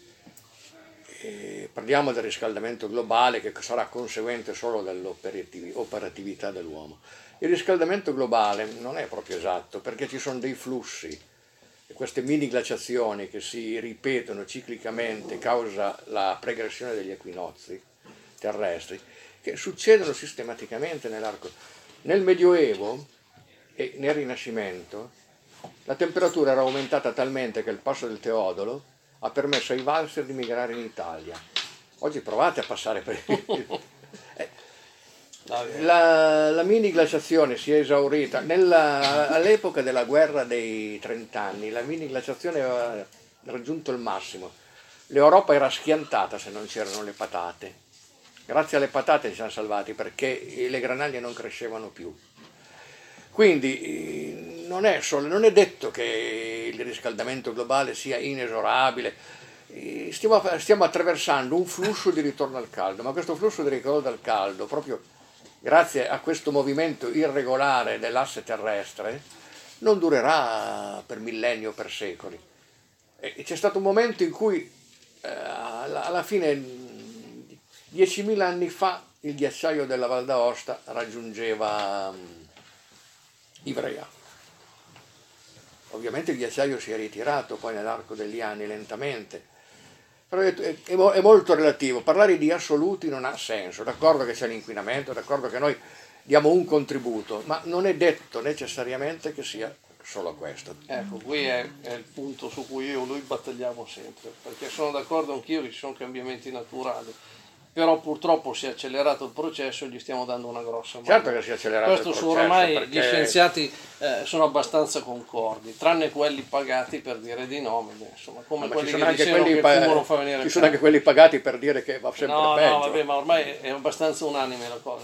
eh, parliamo del riscaldamento globale che sarà conseguente solo dall'operatività dell'uomo. Il riscaldamento globale non è proprio esatto, perché ci sono dei flussi e queste mini glaciazioni che si ripetono ciclicamente causa la pregressione degli equinozi terrestri, che succedono sistematicamente nell'arco. Nel Medioevo e nel Rinascimento la temperatura era aumentata talmente che il passo del Teodolo ha permesso ai valser di migrare in Italia. Oggi provate a passare per il... eh, la, la mini glaciazione si è esaurita. Nella, all'epoca della guerra dei trent'anni la mini glaciazione aveva raggiunto il massimo. L'Europa era schiantata se non c'erano le patate. Grazie alle patate ci siamo salvati perché le granaglie non crescevano più. Quindi non è, solo, non è detto che il riscaldamento globale sia inesorabile. Stiamo, stiamo attraversando un flusso di ritorno al caldo, ma questo flusso di ritorno al caldo, proprio grazie a questo movimento irregolare dell'asse terrestre, non durerà per millenni o per secoli. E c'è stato un momento in cui eh, alla, alla fine... diecimila anni fa il ghiacciaio della Val d'Aosta raggiungeva um, Ivrea. Ovviamente il ghiacciaio si è ritirato poi nell'arco degli anni lentamente, però è, è, è molto relativo. Parlare di assoluti non ha senso. D'accordo che c'è l'inquinamento, d'accordo che noi diamo un contributo, ma non è detto necessariamente che sia solo questo. Ecco, qui è, è il punto su cui io e lui battagliamo sempre, perché sono d'accordo anch'io che ci sono cambiamenti naturali, però purtroppo si è accelerato il processo e gli stiamo dando una grossa mano. Certo che si è accelerato Questo il su processo, oramai perché- gli scienziati eh, sono abbastanza concordi, tranne quelli pagati per dire di no, ma beh, insomma, come Ma quelli ci sono, che anche dicevano quelli, che il pa- fumo non fa venire ci il sono anche cancro. quelli pagati per dire che va sempre No, peggio. no, vabbè, ma ormai è abbastanza unanime la cosa.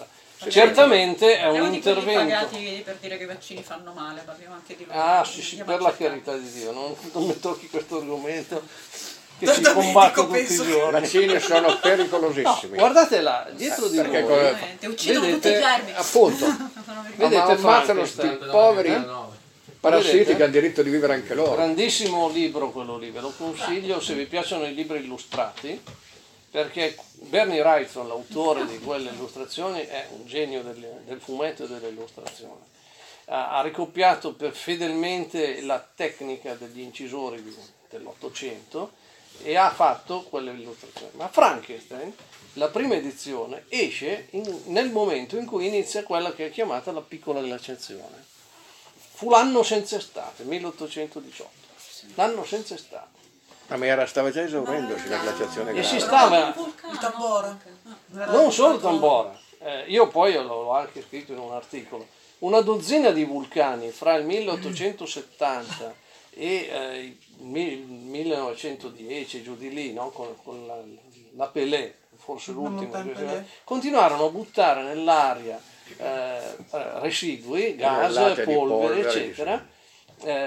certamente è un Abbiamo di quelli intervento. pagati per dire che i vaccini fanno male, ma abbiamo anche di loro. Ah sì, sì, per la cercare. carità di Dio, non, non mi tocchi questo argomento che Da si medico, combatte tutti i penso. I giorni. vaccini sono No, pericolosissimi. guardate là, dietro di perché noi, come- Veramente, uccidono tutti i vedete, germi. Appunto, vedete ma ammazzano Frankenstein, sti poveri eh? parassiti Vedete? che hanno diritto di vivere anche loro. Grandissimo libro quello lì, ve lo consiglio se vi piacciono i libri illustrati, perché Bernie Wrightson, l'autore di quelle illustrazioni, è un genio del, del fumetto e delle illustrazioni. Ha, ha ricopiato per fedelmente la tecnica degli incisori di- dell'Ottocento e ha fatto quelle illustrazioni. Ma Frankenstein, la prima edizione, esce in- nel momento in cui inizia quella che è chiamata la piccola glaciazione. Fu l'anno senza estate, milleottocentodiciotto. L'anno senza estate. Ma mi era, stava già esaurendosi la glaciazione E si grave. stava, Il tambora. non solo Tambora, eh, io poi l'ho l'ho anche scritto in un articolo, una dozzina di vulcani fra il milleottocentosettanta e eh, il mi- millenovecentodieci, giù di lì, no? con, con la, la Pelé, forse l'ultimo, montagne Pelé. continuarono a buttare nell'aria eh, eh, residui, gas, Tonnellate di polvere, polvere, eccetera, eh,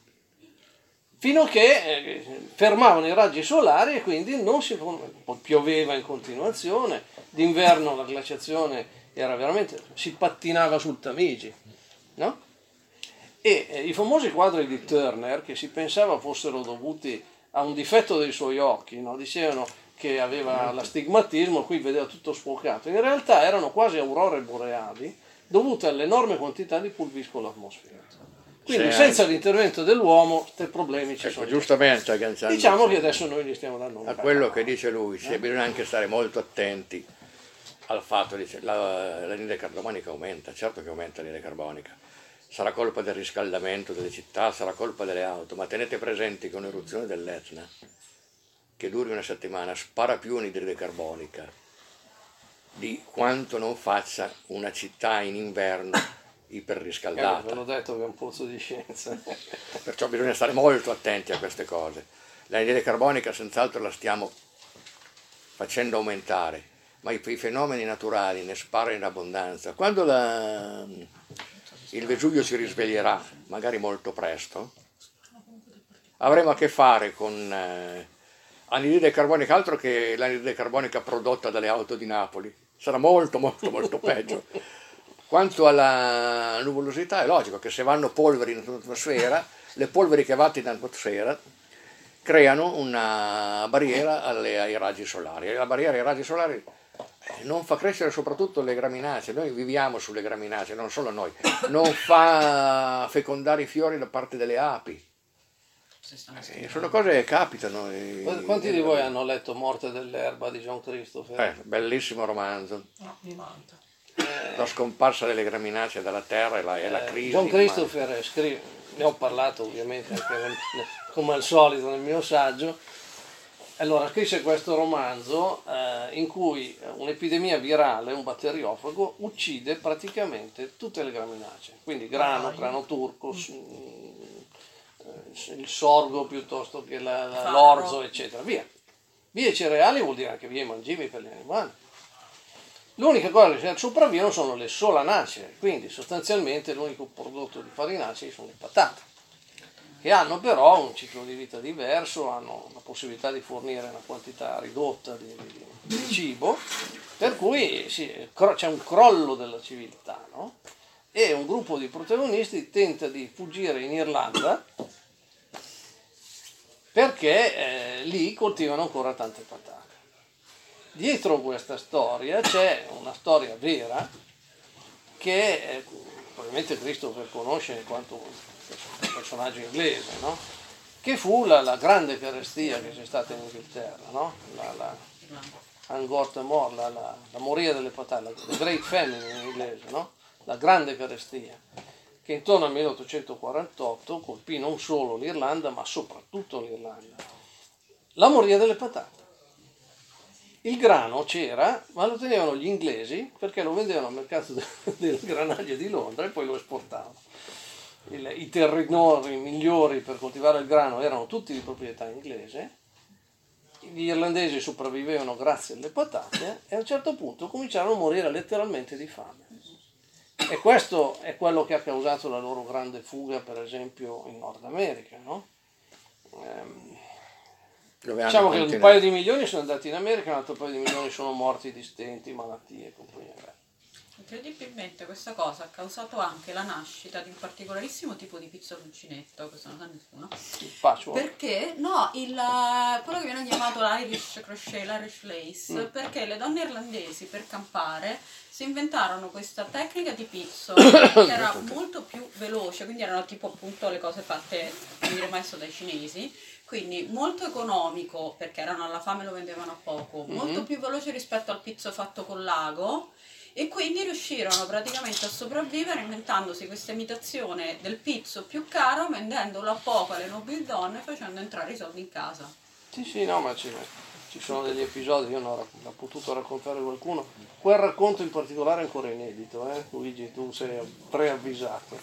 fino a che eh, fermavano i raggi solari e quindi non si poi pioveva in continuazione, d'inverno la glaciazione era veramente, si pattinava sul Tamigi, no? E eh, i famosi quadri di Turner, che si pensava fossero dovuti a un difetto dei suoi occhi, no? Dicevano che aveva l'astigmatismo, qui vedeva tutto sfocato, in realtà erano quasi aurore boreali dovute all'enorme quantità di pulviscolo atmosferico. Quindi Sì, senza l'intervento dell'uomo questi problemi ci Ecco, sono. giustamente agganciandosi Diciamo che adesso noi gli stiamo dando un a bel quello lavoro. che dice lui, sì, bisogna anche stare molto attenti al fatto che la, l'anidride carbonica aumenta, certo che aumenta l'anidride carbonica, sarà colpa del riscaldamento delle città, sarà colpa delle auto, ma tenete presenti che un'eruzione dell'Etna che duri una settimana spara più anidride carbonica di quanto non faccia una città in inverno Eh, iperriscaldata. ve l'ho detto che è un pozzo di scienza. Perciò bisogna stare molto attenti a queste cose. L'anidride carbonica senz'altro la stiamo facendo aumentare, ma i, i fenomeni naturali ne sparano in abbondanza. Quando la, il Vesuvio si risveglierà, magari molto presto, avremo a che fare con eh, anidride carbonica, altro che l'anidride carbonica prodotta dalle auto di Napoli. Sarà molto molto molto peggio. Quanto alla nuvolosità è logico che se vanno polveri in atmosfera, le polveri che vanno in atmosfera creano una barriera alle- ai raggi solari. E la barriera ai raggi solari eh, non fa crescere soprattutto le graminacee, noi viviamo sulle graminacee, non solo noi, non fa fecondare i fiori da parte delle api. Eh, sono cose che capitano. eh, Quanti di voi hanno letto Morte dell'erba di John Christopher? Eh, bellissimo romanzo. No, mi manca. La scomparsa delle graminacee dalla terra e la, e la Eh, crisi. John umana. Christopher scrive, ne ho parlato ovviamente anche nel- come al solito nel mio saggio. Allora scrisse questo romanzo eh, in cui un'epidemia virale, un batteriofago, uccide praticamente tutte le graminacee, quindi grano, grano turco, s- eh, il sorgo piuttosto che la- la- l'orzo, eccetera, via. Via i cereali vuol dire anche via i mangimi per gli animali. L'unica cosa che sopravvivono sono le solanacee, quindi sostanzialmente l'unico prodotto di farinacei sono le patate, che hanno però un ciclo di vita diverso, hanno la possibilità di fornire una quantità ridotta di, di- di cibo, per cui sì, cro- c'è un crollo della civiltà, no? E un gruppo di protagonisti tenta di fuggire in Irlanda perché eh, lì coltivano ancora tante patate. Dietro questa storia c'è una storia vera che eh, probabilmente Christopher conosce in quanto un personaggio inglese, no? Che fu la, la grande carestia che c'è stata in Inghilterra, no? la, la Angort Mor, la, la, la moria delle patate, la the Great Famine in inglese, no? La grande carestia, che intorno al milleottocentoquarantotto colpì non solo l'Irlanda ma soprattutto l'Irlanda. La moria delle patate. Il grano c'era, ma lo tenevano gli inglesi perché lo vendevano al mercato delle granaglie di Londra e poi lo esportavano. Il, I terreni migliori per coltivare il grano erano tutti di proprietà inglese gli irlandesi sopravvivevano grazie alle patate e a un certo punto cominciarono a morire letteralmente di fame. E questo è quello che ha causato la loro grande fuga, per esempio, in Nord America, no? Ehm, diciamo che un paio di milioni sono andati in America, un altro paio di milioni sono morti di stenti, malattie e compagnia. Incredibilmente questa cosa ha causato anche la nascita di un particolarissimo tipo di pizza all'uncinetto, questo non sa nessuno. Il patchwork. Perché? No, il, quello che viene chiamato l'Irish crochet, l'Irish lace, mm. perché le donne irlandesi per campare si inventarono questa tecnica di pizzo che era molto più veloce, quindi erano tipo appunto le cose fatte, come dire, messo dai cinesi, quindi molto economico perché erano alla fame e lo vendevano a poco, mm-hmm. molto più veloce rispetto al pizzo fatto col lago. E quindi riuscirono praticamente a sopravvivere inventandosi questa imitazione del pizzo più caro, vendendolo a poco alle nobili donne e facendo entrare i soldi in casa. Sì, sì, no, ma ci, ci sono degli episodi, io non ho, ho potuto raccontare qualcuno. Quel racconto in particolare è ancora inedito, eh? Luigi, tu sei preavvisato.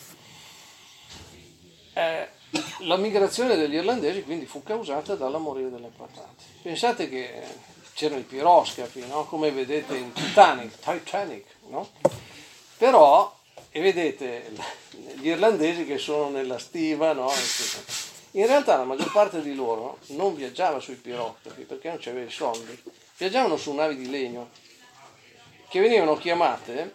Eh, la migrazione degli irlandesi quindi fu causata dall'ammorio delle patate. Pensate che c'erano i piroscafi, no? Come vedete in Titanic, Titanic, no? Però, e vedete gli irlandesi che sono nella stiva, no? In realtà la maggior parte di loro non viaggiava sui piroscafi perché non c'aveva i soldi, viaggiavano su navi di legno che venivano chiamate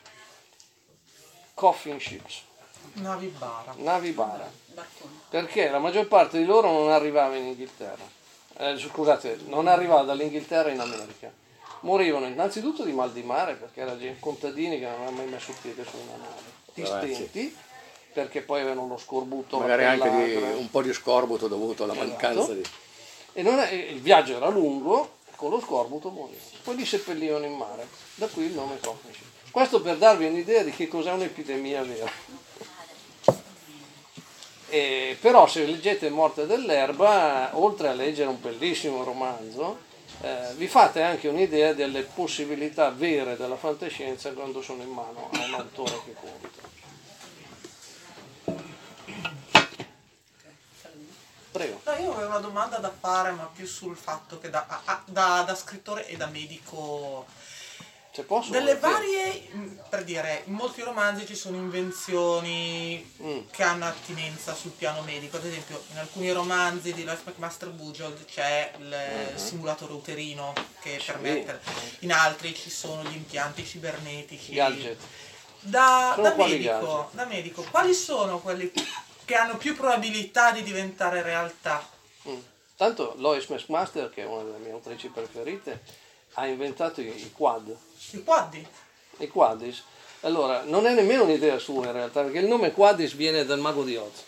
coffin ships, navi bara, navi bara, perché la maggior parte di loro non arrivava in Inghilterra. Eh, scusate, non arrivava dall'Inghilterra in America. Morivano innanzitutto di mal di mare perché erano contadini che non avevano mai messo piede su una nave, di stenti, perché poi avevano lo scorbuto, magari anche di, un po' di scorbuto dovuto alla esatto. mancanza di... E non è, il viaggio era lungo, con lo scorbuto morivano. Poi li seppellivano in mare, da qui il nome coffin ship. Questo per darvi un'idea di che cos'è un'epidemia vera. Eh, però se leggete Morte dell'erba, oltre a leggere un bellissimo romanzo, eh, vi fate anche un'idea delle possibilità vere della fantascienza quando sono in mano a un autore che conta. Prego. No, io avevo una domanda da fare, ma più sul fatto che da, da, da scrittore e da medico, se posso, delle varie, per dire, in molti romanzi ci sono invenzioni mm. che hanno attinenza sul piano medico. Ad esempio in alcuni romanzi di Lois McMaster Bujold c'è il mm-hmm. simulatore uterino che sì. permette, in altri ci sono gli impianti cibernetici. Gadget. Da, da, medico, da medico, quali sono quelli che hanno più probabilità di diventare realtà? Mm. Tanto Lois McMaster, che è una delle mie autrici preferite, ha inventato i, i quad. I quaddi? I quaddis. Allora, non è nemmeno un'idea sua in realtà, perché il nome quaddis viene dal mago di Oz.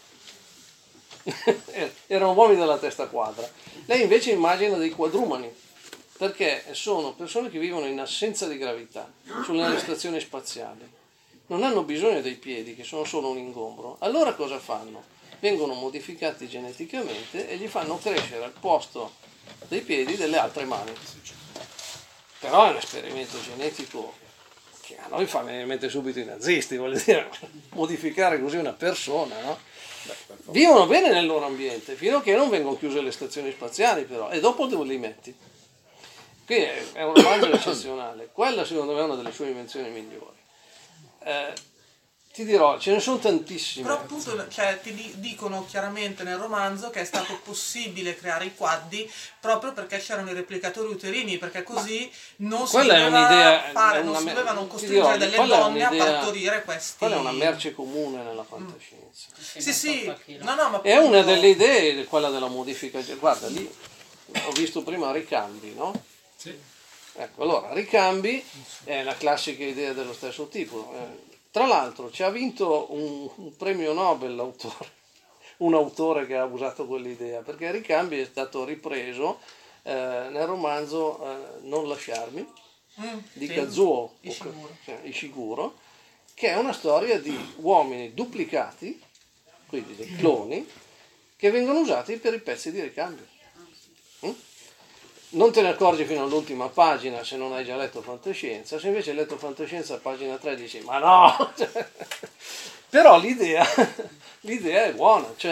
Erano uomini dalla testa quadra. Lei invece immagina dei quadrumani, perché sono persone che vivono in assenza di gravità sulle stazioni spaziali. Non hanno bisogno dei piedi, che sono solo un ingombro. Allora cosa fanno? Vengono modificati geneticamente e gli fanno crescere al posto dei piedi delle altre mani. Però è un esperimento genetico che a noi fa venire in mente subito i nazisti, voglio dire, modificare così una persona, no? Vivono bene nel loro ambiente, fino a che non vengono chiuse le stazioni spaziali però, e dopo dove li metti? Qui è, è un romanzo eccezionale, quella secondo me è una delle sue invenzioni migliori. Eh, ti dirò, ce ne sono tantissime. Però appunto, cioè, ti dicono chiaramente nel romanzo che è stato possibile creare i quaddi proprio perché c'erano i replicatori uterini, perché così non si doveva fare, non si dovevano costringere delle donne a partorire questi. Quella è una merce comune nella fantascienza. Mm. Sì, sì, no, no, ma è una delle idee, quella della modifica. Guarda, lì ho visto prima ricambi, no? Sì. Ecco, allora, ricambi è la classica idea dello stesso tipo. Eh, Tra l'altro ci ha vinto un, un premio Nobel l'autore, un autore che ha usato quell'idea, perché Ricambi è stato ripreso eh, nel romanzo eh, Non lasciarmi mm, di sì. Kazuo Ishiguro. Ishiguro, che è una storia di uomini duplicati, quindi dei cloni, che vengono usati per i pezzi di ricambio. Mm? Non te ne accorgi fino all'ultima pagina se non hai già letto fantascienza, se invece hai letto fantascienza a pagina tre dici ma no! Però l'idea, l'idea è buona, cioè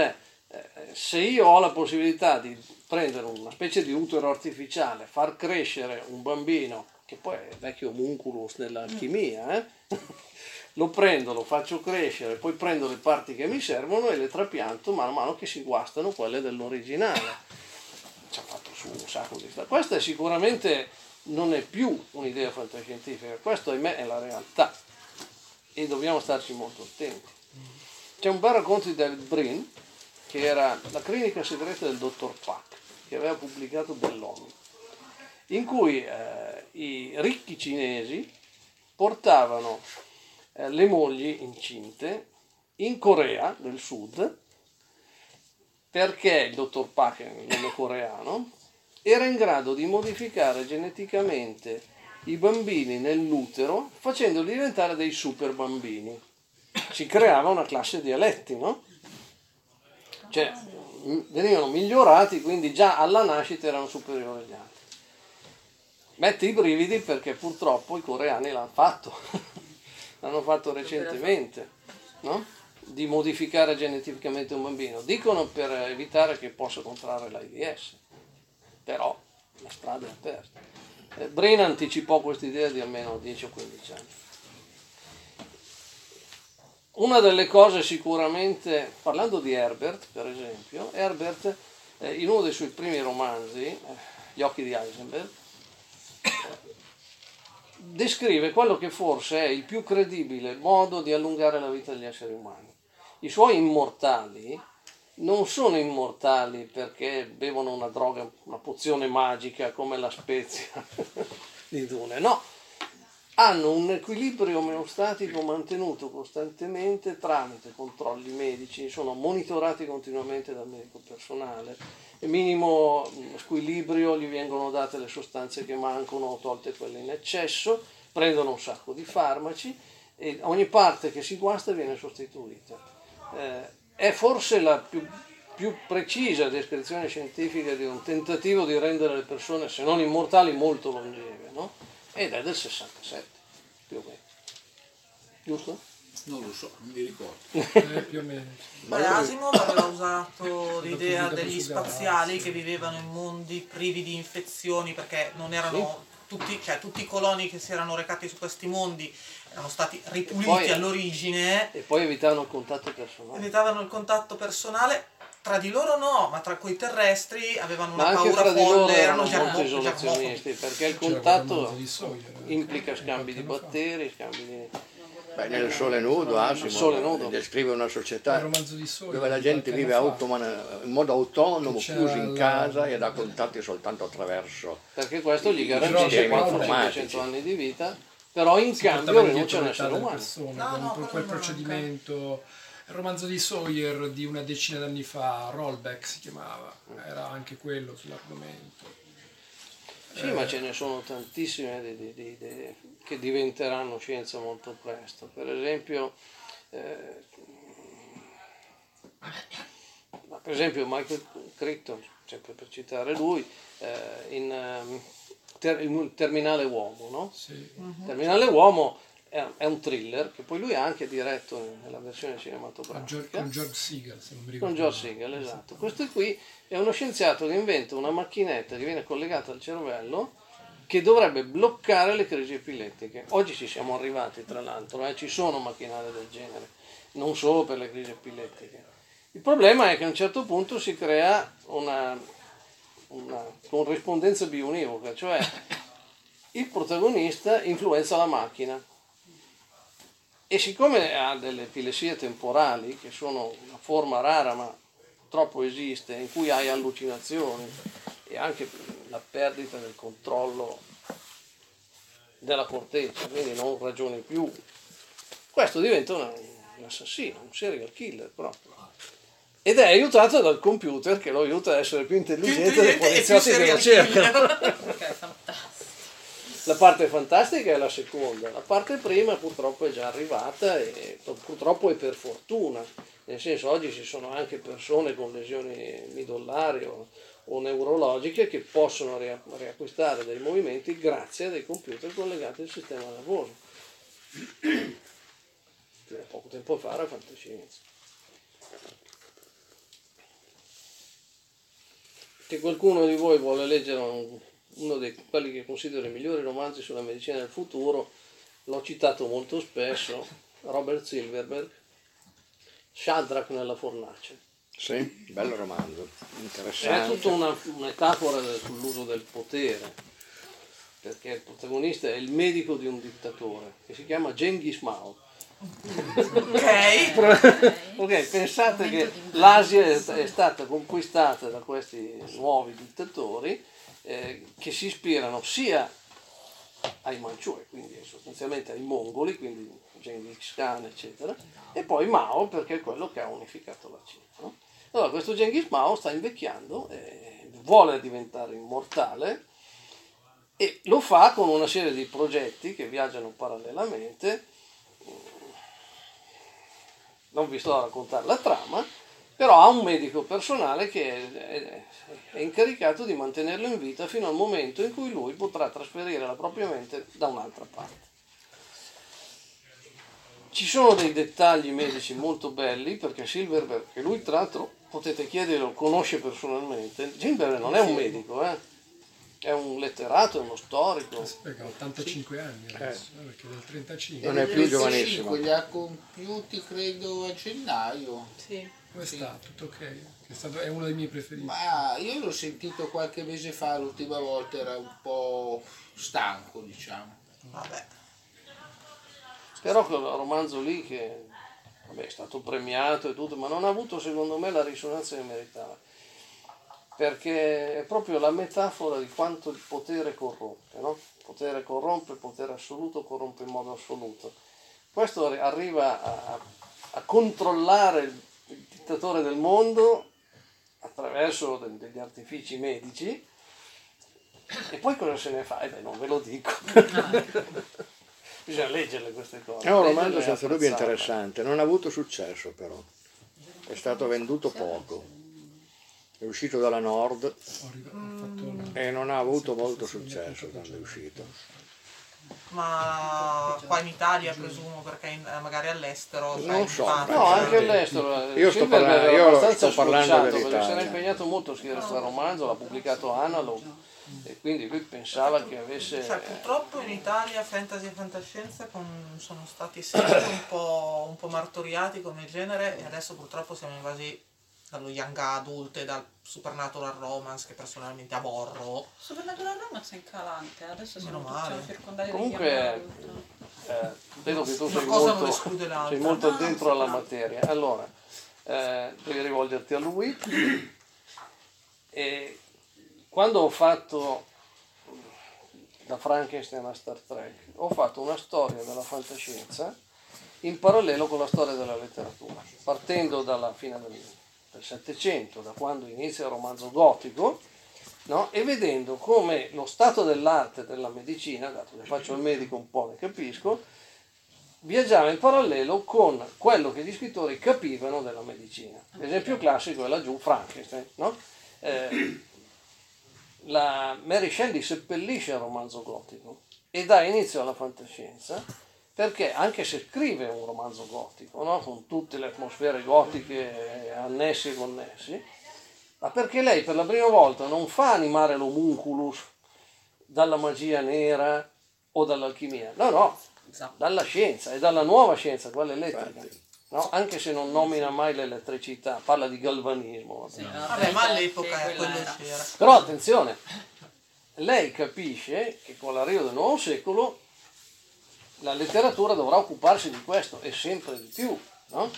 eh, se io ho la possibilità di prendere una specie di utero artificiale, far crescere un bambino, che poi è vecchio homunculus dell'alchimia, eh? Lo prendo, lo faccio crescere, poi prendo le parti che mi servono e le trapianto man mano che si guastano quelle dell'originale. Ci ha fatto su un sacco di sta. Questa è sicuramente non è più un'idea fantascientifica, questo ahimè è la realtà e dobbiamo starci molto attenti. C'è un bel racconto di David Brin, che era La clinica segreta del dottor Pak, che aveva pubblicato Belloni, in cui eh, i ricchi cinesi portavano eh, le mogli incinte in Corea del Sud, perché il dottor Pak, il nome coreano, era in grado di modificare geneticamente i bambini nell'utero facendoli diventare dei super bambini. Si creava una classe di eletti, no? Cioè venivano migliorati, quindi già alla nascita erano superiori agli altri. Mette i brividi perché purtroppo i coreani l'hanno fatto, l'hanno fatto recentemente, no? Di modificare geneticamente un bambino. Dicono per evitare che possa contrarre l'AIDS, però la strada è aperta. Eh, Brin anticipò questa idea di almeno dieci o quindici anni. Una delle cose sicuramente, parlando di Herbert per esempio, Herbert eh, in uno dei suoi primi romanzi, eh, Gli occhi di Heisenberg, eh, descrive quello che forse è il più credibile modo di allungare la vita degli esseri umani. I suoi immortali non sono immortali perché bevono una droga, una pozione magica come la spezia di Dune, no. Hanno un equilibrio omeostatico mantenuto costantemente tramite controlli medici, sono monitorati continuamente dal medico personale, il minimo squilibrio gli vengono date le sostanze che mancano o tolte quelle in eccesso, prendono un sacco di farmaci e ogni parte che si guasta viene sostituita. Eh, è forse la più, più precisa descrizione scientifica di un tentativo di rendere le persone, se non immortali, molto longeve, no? Ed è del sessantasette, più o meno. Giusto? Non lo so, non mi ricordo. Eh, più o meno. Beh, Asimov aveva usato l'idea degli spaziali che vivevano in mondi privi di infezioni perché non erano tutti, cioè tutti i coloni che si erano recati su questi mondi erano stati ripuliti poi, all'origine e poi evitavano il contatto personale. Evitavano il contatto personale. Tra di loro no, ma tra quei terrestri avevano una ma anche paura fra di loro folle, erano erano molto germo- isolazionisti, perché il contatto implica scambi di batteri, scambi di... Beh, nel Sole Nudo, Asimov Sole Nudo. descrive una società di Sole, dove la gente vive automana- in modo autonomo, chiuso in casa ed ha contatti soltanto attraverso perché questo gli i garantisce sistemi quattrocento anni di vita, però in cambio rinuncia a un essere umano. Persone, No, no, con quello quel non procedimento. Il romanzo di Sawyer di una decina d'anni fa, Rollback si chiamava, era anche quello sull'argomento. Sì, eh. ma ce ne sono tantissime di, di, di, di, che diventeranno scienza molto presto. Per esempio, eh, per esempio Michael Crichton, sempre per citare lui, eh, in um, ter, il Terminale Uomo, no? Sì. Uh-huh. Terminale Uomo è un thriller che poi lui ha anche diretto nella versione cinematografica con George Segal, se non mi ricordo. Con George Segal, esatto. Questo qui è uno scienziato che inventa una macchinetta che viene collegata al cervello che dovrebbe bloccare le crisi epilettiche. Oggi ci siamo arrivati, tra l'altro, eh, ci sono macchinari del genere, non solo per le crisi epilettiche. Il problema è che a un certo punto si crea una, una corrispondenza bionivoca, cioè il protagonista influenza la macchina. E siccome ha delle epilessie temporali, che sono una forma rara ma purtroppo esiste, in cui hai allucinazioni e anche la perdita del controllo della corteccia, quindi non ragioni più, questo diventa una, un assassino, un serial killer proprio. Ed è aiutato dal computer che lo aiuta ad essere più intelligente dei poliziotti che lo cercano. Ok, fantastico. La parte fantastica è la seconda, la parte prima purtroppo è già arrivata e purtroppo è per fortuna, nel senso oggi ci sono anche persone con lesioni midollari o, o neurologiche che possono riacquistare dei movimenti grazie a dei computer collegati al sistema nervoso. Poco tempo fa era fantascienza. che qualcuno di voi vuole leggere un, uno dei quelli che considero i migliori romanzi sulla medicina del futuro, l'ho citato molto spesso, Robert Silverberg, Shadrach nella fornace. Sì, bello romanzo, È interessante. tutta una metafora sull'uso del potere, perché il protagonista è il medico di un dittatore che si chiama Genghis Mao. Ok. Ok, pensate che l'Asia è, è stata conquistata da questi nuovi dittatori eh, che si ispirano sia ai Manciù, quindi sostanzialmente ai Mongoli, quindi Genghis Khan, eccetera, e poi Mao perché è quello che ha unificato la Cina. No? Allora, questo Genghis Mao sta invecchiando, eh, vuole diventare immortale e lo fa con una serie di progetti che viaggiano parallelamente. Non vi sto a raccontare la trama, però ha un medico personale che è, è incaricato di mantenerlo in vita fino al momento in cui lui potrà trasferire la propria mente da un'altra parte. Ci sono dei dettagli medici molto belli, perché Silverberg, che lui tra l'altro potete chiedere, lo conosce personalmente, Silverberg non è un medico, eh? È un letterato, è uno storico. Aspetta, ha ottantacinque anni adesso, eh, perché del trentacinque. Non è più giovanissimo. Li ha compiuti credo a gennaio. Sì. Come sta? Tutto ok? Che È, stato, è uno dei miei preferiti. Ma io l'ho sentito qualche mese fa, l'ultima volta era un po' stanco, diciamo. Vabbè. Però quel romanzo lì che vabbè, è stato premiato e tutto, ma non ha avuto secondo me la risonanza che meritava. Perché è proprio la metafora di quanto il potere corrompe, no? Il potere corrompe, il potere assoluto corrompe in modo assoluto. Questo arriva a, a controllare il, il dittatore del mondo attraverso de, degli artifici medici e poi cosa se ne fa? Eh beh, non ve lo dico. Bisogna leggerle queste cose. È un romanzo Leggerle e senza dubbio apprezzarle. interessante, non ha avuto successo però, è stato venduto poco. È uscito dalla Nord Ho arriva- ho fatto la- e non ha avuto molto successo quando è uscito. Ma qua in Italia presumo, perché in- eh, magari all'estero sai, Non so, infatti, No, cioè, anche all'estero. Io sto Silverberg parlando- era io abbastanza sto parlando sfruciato, perché dell'Italia. si era impegnato molto a scrivere questo romanzo, l'ha pubblicato Analog e quindi lui pensava che avesse... Cioè, purtroppo in Italia fantasy e fantascienza con- sono stati sempre un po', un po' martoriati come genere e adesso purtroppo siamo invasi dallo young adult e dal supernatural romance che personalmente aborro. Supernatural Romance è incalante, adesso siamo, Meno male. siamo circondati Comunque, dagli adult. eh, vedo che tu Una sei cosa non molto, esclude l'altra. sei molto No, dentro alla no. materia. Allora, eh, devi rivolgerti a lui. E quando ho fatto da Frankenstein a Star Trek, ho fatto una storia della fantascienza in parallelo con la storia della letteratura, partendo dalla fine del, del Settecento, da quando inizia il romanzo gotico, no? E vedendo come lo stato dell'arte della medicina, dato che faccio il medico un po' ne capisco, viaggiava in parallelo con quello che gli scrittori capivano della medicina. L'esempio classico è laggiù Frankenstein, no? Eh, la Mary Shelley seppellisce il romanzo gotico e dà inizio alla fantascienza, perché anche se scrive un romanzo gotico, no? Con tutte le atmosfere gotiche annessi e connessi, ma perché lei per la prima volta non fa animare l'homunculus dalla magia nera o dall'alchimia, no no, dalla scienza e dalla nuova scienza, quella elettrica, no? Anche se non nomina mai l'elettricità, parla di galvanismo, vabbè. Sì, Vabbè, ma all'epoca sì, quello quella era. c'era. Però attenzione, lei capisce che con l'arrivo del nuovo secolo la letteratura dovrà occuparsi di questo e sempre di più, no?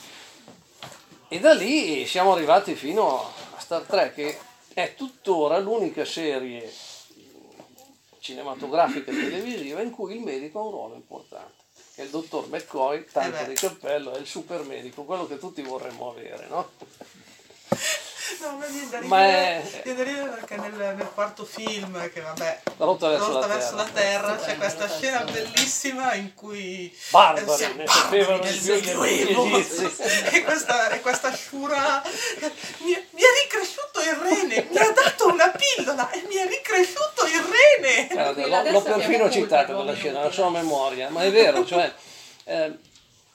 E da lì siamo arrivati fino a Star Trek, che è tuttora l'unica serie cinematografica e televisiva in cui il medico ha un ruolo importante, che è il dottor McCoy, tanto Eh beh. di cappello, è il super medico, quello che tutti vorremmo avere, no? No, ma viene da Ma ridere, è- viene da ridere perché nel, nel quarto film, che vabbè, La rotta verso Rotta la verso terra. la terra, c'è questa scena bellissima in cui Barbari, eh, siamo ne barbari sapevano del di più gli Medioevo. egizi. e questa, e questa Shura mi, è- mi è ricresciuto il rene, mi ha dato una pillola e mi è ricresciuto il rene. Guarda, Quindi l'ho, adesso l'ho abbiamo perfino colpa, citata due quella scena, minuti. la so a memoria, ma è vero, cioè eh,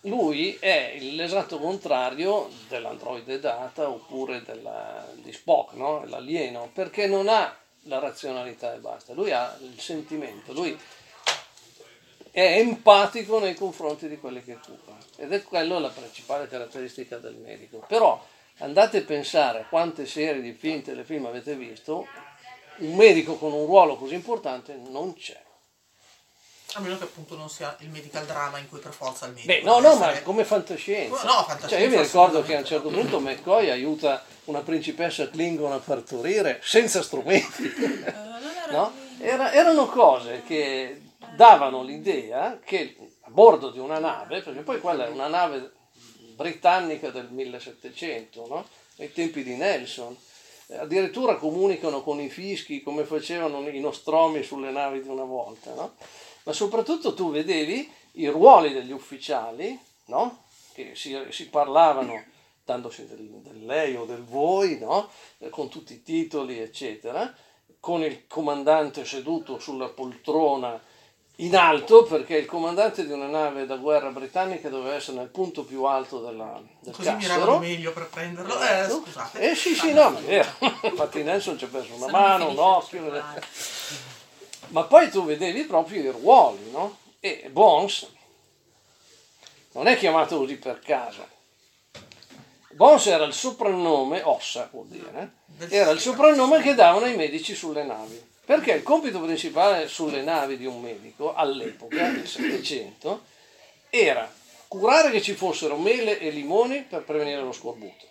lui è l'esatto contrario dell'androide data oppure della, di Spock, no? L'alieno, perché non ha la razionalità e basta, lui ha il sentimento, lui è empatico nei confronti di quelli che cura, ed è quella la principale caratteristica del medico. Però andate a pensare a quante serie di film, telefilm avete visto, un medico con un ruolo così importante non c'è. A meno che appunto non sia il medical drama in cui per forza il medico. Beh, no, no, ma come fantascienza. No, fantascienza. Cioè, io mi ricordo che a un certo punto McCoy aiuta una principessa Klingon a partorire senza strumenti. No? Era, erano cose che davano l'idea che a bordo di una nave, perché poi quella è una nave britannica del millesettecento, no? Ai tempi di Nelson, addirittura comunicano con i fischi come facevano i nostromi sulle navi di una volta, no? Ma soprattutto tu vedevi i ruoli degli ufficiali, no? Che si, si parlavano dandosi del, del lei o del voi, no? Con tutti i titoli, eccetera, con il comandante seduto sulla poltrona in alto, perché il comandante di una nave da guerra britannica doveva essere nel punto più alto della, del Così cassero. miravano meglio per prenderlo. Eh, scusate. Eh sì, sì, no, ma è vero. Infatti Nelson ci ha perso una mano, un occhio. Ma poi tu vedevi proprio i ruoli, no? E Bones non è chiamato così per caso. Bones era il soprannome, ossa vuol dire, eh? Era il soprannome che davano ai medici sulle navi. Perché il compito principale sulle navi di un medico, all'epoca, nel Settecento, era curare che ci fossero mele e limoni per prevenire lo scorbuto,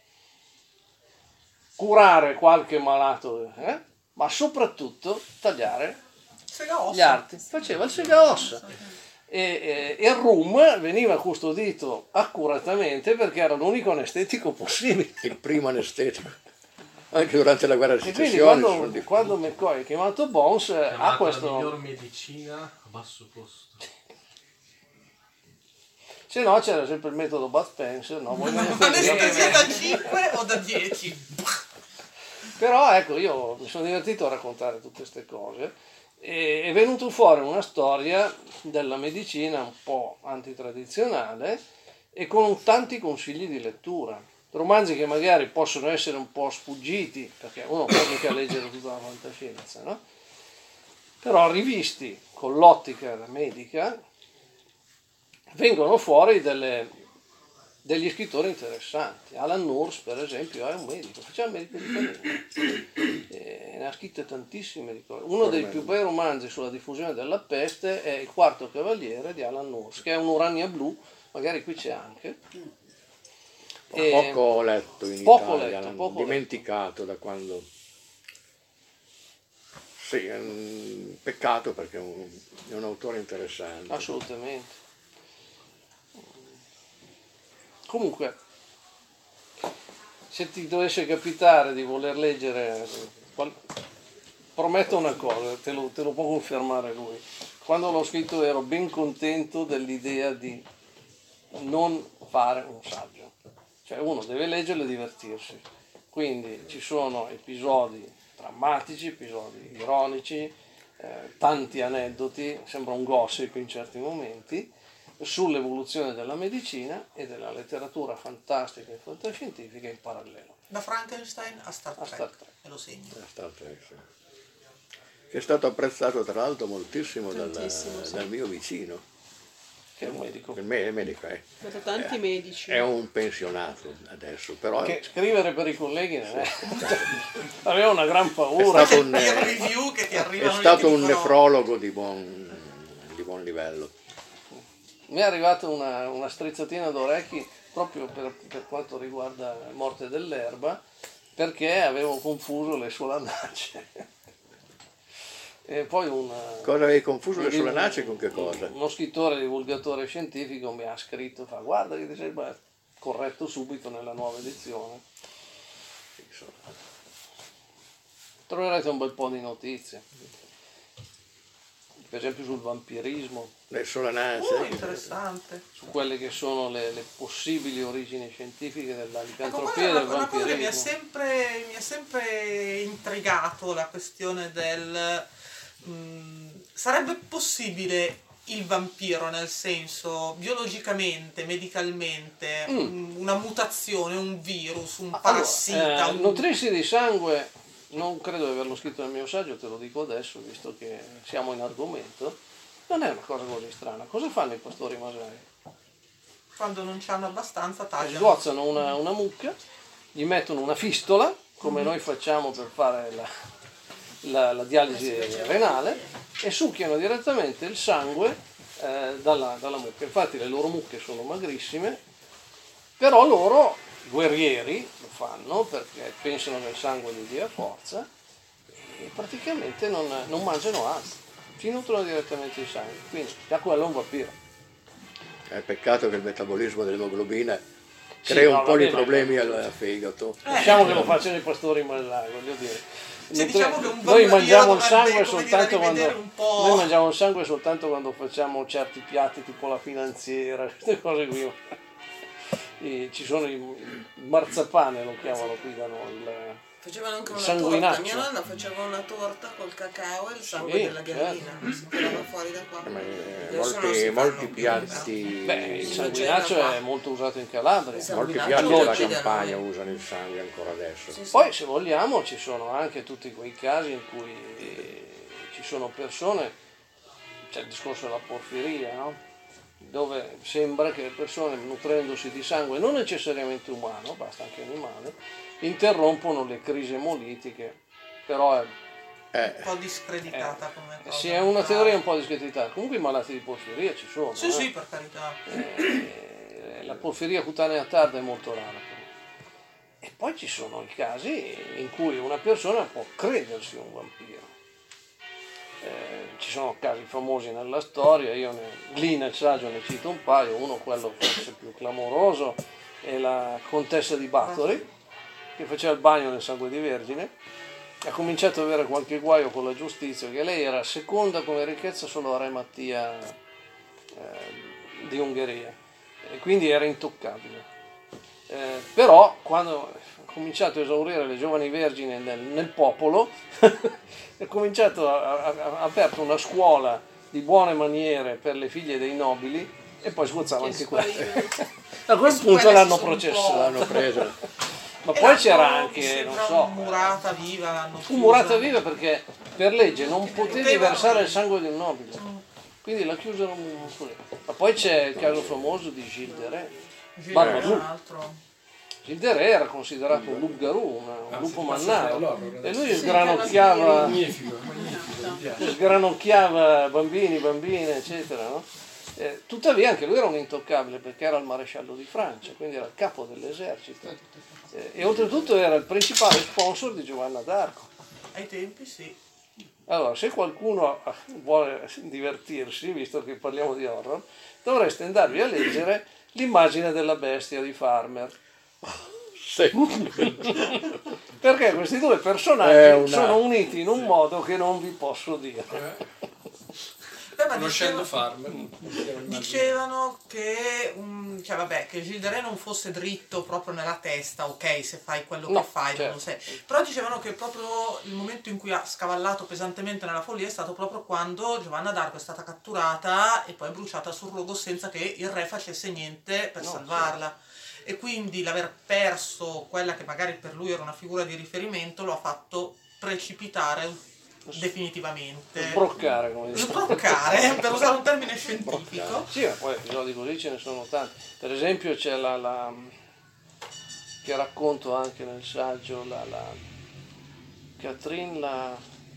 curare qualche malato, eh? Ma soprattutto tagliare gli arti. Faceva il segaossa. E, e, e il room veniva custodito accuratamente perché era l'unico anestetico possibile. Il primo anestetico. Anche durante la guerra di E quindi secessione. quando, quando McCoy è chiamato Bones ha questo... la miglior medicina a basso costo. Se no c'era sempre il metodo Bud Spencer, no? Anestesia da cinque o da dieci? Però ecco, io mi sono divertito a raccontare tutte queste cose e è venuto fuori una storia della medicina un po' antitradizionale e con tanti consigli di lettura. Romanzi che magari possono essere un po' sfuggiti, perché uno può mica leggere tutta la fantascienza, no? Però rivisti con l'ottica medica vengono fuori delle, degli scrittori interessanti. Alan Nourse, per esempio, è un medico, faceva il medico di famiglia, e ne ha scritte tantissime di cose. Uno dei più bei romanzi sulla diffusione della peste è Il quarto cavaliere di Alan Nourse, che è un Urania blu, magari qui c'è anche. Poco letto in poco Italia, letto, poco dimenticato letto. Da quando... Sì, è un peccato perché è un, è un autore interessante. Assolutamente. Comunque, se ti dovesse capitare di voler leggere, prometto una cosa, te lo, te lo può confermare lui. Quando l'ho scritto ero ben contento dell'idea di non fare un saggio. Cioè uno deve leggerlo e divertirsi, quindi ci sono episodi drammatici, episodi ironici, eh, tanti aneddoti, sembra un gossip in certi momenti, sull'evoluzione della medicina e della letteratura fantastica e fantascientifica in parallelo. Da Frankenstein a Star Trek, a Star Trek. me lo segno. A Star Trek, sì. Che è stato apprezzato tra l'altro moltissimo dal, sì. dal mio vicino. Che è un medico. Il, me, il medico è. Vedo tanti è, medici. È un pensionato adesso, però... Che scrivere per i colleghi non è... aveva una gran paura. È stato un, il review che ti arrivano è stato un dicono... nefrologo di buon, di buon livello. Mi è arrivata una, una strizzatina d'orecchi proprio per, per quanto riguarda la morte dell'erba, perché avevo confuso le solanacee. E poi una, cosa avevi confuso le un- solanacee con che cosa? Uno scrittore divulgatore scientifico mi ha scritto, fa guarda che ti sei beh, corretto subito nella nuova edizione. Troverete un bel po' di notizie, per esempio sul vampirismo, Le solanacee? Oh, interessante. su quelle che sono le, le possibili origini scientifiche della Ecco, licantropia e quella è del una, una cosa che mi ha, vampirismo. sempre, mi ha sempre intrigato, la questione del... mh, sarebbe possibile il vampiro, nel senso biologicamente, medicalmente, Mm. un- una mutazione, un virus, un Allora, parassita, eh, un... nutrirsi di sangue, non credo di averlo scritto nel mio saggio, te lo dico adesso, visto che siamo in argomento, non è una cosa così strana. Cosa fanno i pastori masai? quando non ce l'hanno abbastanza tagliano. Sgozzano una, una mucca, gli mettono una fistola, come noi facciamo per fare la, la, la dialisi renale, e succhiano direttamente il sangue eh, dalla, dalla mucca. Infatti le loro mucche sono magrissime, però loro, guerrieri, lo fanno perché pensano che il sangue gli dia forza e praticamente non, non mangiano altro, si nutrono direttamente di sangue, quindi da quello è un vampiro. È peccato che il metabolismo dell'emoglobina Sì, crea no, un po' vabbè, di ma- problemi al fegato. Lasciamo che lo facciano i pastori masai, voglio dire. Sì, diciamo che un Noi vampiro mangiamo il dovrebbe, sangue come soltanto dire, quando rivedere un po'. noi mangiamo il sangue soltanto quando facciamo certi piatti tipo la finanziera, queste cose qui. E ci sono i il marzapane, lo chiamano qui da noi, il, Facevano anche il una torta, sanguinaccio. mia nonna faceva una torta col cacao e il sangue Sì, della gallina, certo. si tirava fuori da qua. Ma, eh, Adesso non molti, si molti fanno più. piatti, Beh, il Sì, sanguinaccio c'era qua. è molto usato in Calabria. Il molti sanguinaccio piatti lo della uccidono. campagna usano il sangue ancora adesso. Sì, sì. Poi se vogliamo ci sono anche tutti quei casi in cui eh, ci sono persone, c'è il discorso della porfiria, no? Dove sembra che le persone nutrendosi di sangue non necessariamente umano, basta anche animale, interrompono le crisi emolitiche, però è, Eh, Un po' discreditata come cosa. sì, è una teoria un po' discreditata. Comunque i malati di porfiria ci sono. Sì, eh. sì, per carità. Eh, la porfiria cutanea tarda è molto rara. però. E poi ci sono i casi in cui una persona può credersi un vampiro. Eh, ci sono casi famosi nella storia, io ne, lì nel saggio ne cito un paio, uno quello forse più clamoroso è la contessa di Bathory, che faceva il bagno nel sangue di vergine, ha cominciato ad avere qualche guaio con la giustizia, perché lei era seconda come ricchezza solo a Re Mattia eh, di Ungheria, e quindi era intoccabile. Eh, però quando ha cominciato a esaurire le giovani vergini nel, nel popolo, ha cominciato a, a, a- ha aperto una scuola di buone maniere per le figlie dei nobili e poi sgozzava anche quelle. A quel su punto quelle l'hanno si sono un po'- processato. l'hanno preso. Ma E poi l'hanno, c'era mi anche, sembra, non so, murata viva, l'hanno fu chiusa. murata viva perché per legge non potevi Poteva- versare il sangue di un nobile, quindi la chiusero così. Ma poi c'è il caso famoso di Gilles de Rais. Gilles Barbaroux. Re, un altro. Gilles de Rais era considerato un loup-garou, una- un Ah, lupo sì, mannaro, allora, e lui sgranocchiava, Magnifico, magnifico, mi piace. sgranocchiava bambini, bambine, eccetera, no? Eh, tuttavia anche lui era un intoccabile perché era il maresciallo di Francia, quindi era il capo dell'esercito. Eh, e oltretutto era il principale sponsor di Giovanna d'Arco. Ai tempi sì. Allora, se qualcuno vuole divertirsi, visto che parliamo di horror, dovreste andarvi a leggere L'immagine della bestia di Farmer. Sì. Perché questi due personaggi È una- sono uniti in un modo che non vi posso dire. Beh, ma Conoscendo diceva- Farmer. Dicevano che, um, cioè vabbè, che Gilles de Rais non fosse dritto proprio nella testa, ok, se fai quello No, che fai, non lo certo. sei. Però dicevano che proprio il momento in cui ha scavallato pesantemente nella follia è stato proprio quando Giovanna d'Arco è stata catturata e poi bruciata sul rogo senza che il re facesse niente per No, salvarla. E quindi l'aver perso quella che magari per lui era una figura di riferimento lo ha fatto precipitare definitivamente. Sbroccare, come dice. Sbroccare, per usare un termine scientifico. Sì, ma poi episodi così ce ne sono tanti. Per esempio c'è la, la che racconto anche nel saggio, la, la Catherine, la,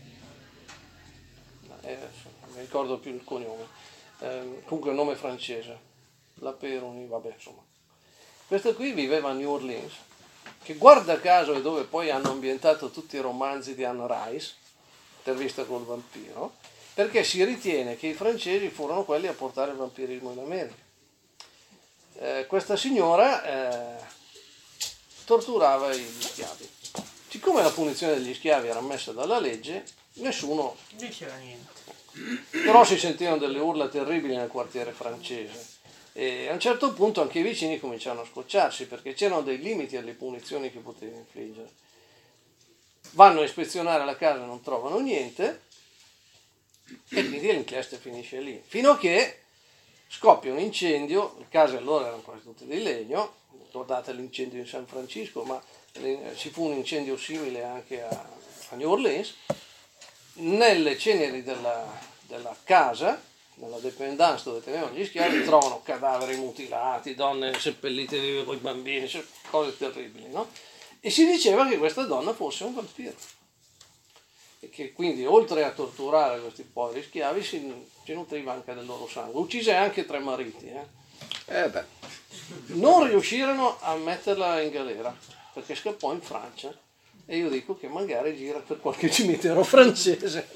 eh, non mi ricordo più il cognome, eh, comunque il nome francese, la Peroni, vabbè insomma. Questa qui viveva a New Orleans, che guarda caso è dove poi hanno ambientato tutti i romanzi di Anne Rice, Intervista col vampiro, perché si ritiene che i francesi furono quelli a portare il vampirismo in America. Eh, questa signora eh, torturava gli schiavi. Siccome la punizione degli schiavi era ammessa dalla legge, nessuno, Diceva niente. però si sentivano delle urla terribili nel quartiere francese. E a un certo punto anche i vicini cominciarono a scocciarsi perché c'erano dei limiti alle punizioni che poteva infliggere. Vanno a ispezionare la casa, non trovano niente, E quindi l'inchiesta finisce lì. Fino a che scoppia un incendio, le case allora erano quasi tutte di legno, ricordate l'incendio in San Francisco, ma ci fu un incendio simile anche a, a New Orleans. Nelle ceneri della, della casa, nella dependance dove tenevano gli schiavi, trovano cadaveri mutilati, donne seppellite vive con i bambini, cioè cose terribili, no? E si diceva che questa donna fosse un vampiro. E che quindi oltre a torturare questi poveri schiavi si, si nutriva anche del loro sangue. Uccise anche tre mariti. Eh. Eh beh. Non riuscirono a metterla in galera perché scappò in Francia. E io dico che magari gira per qualche cimitero francese.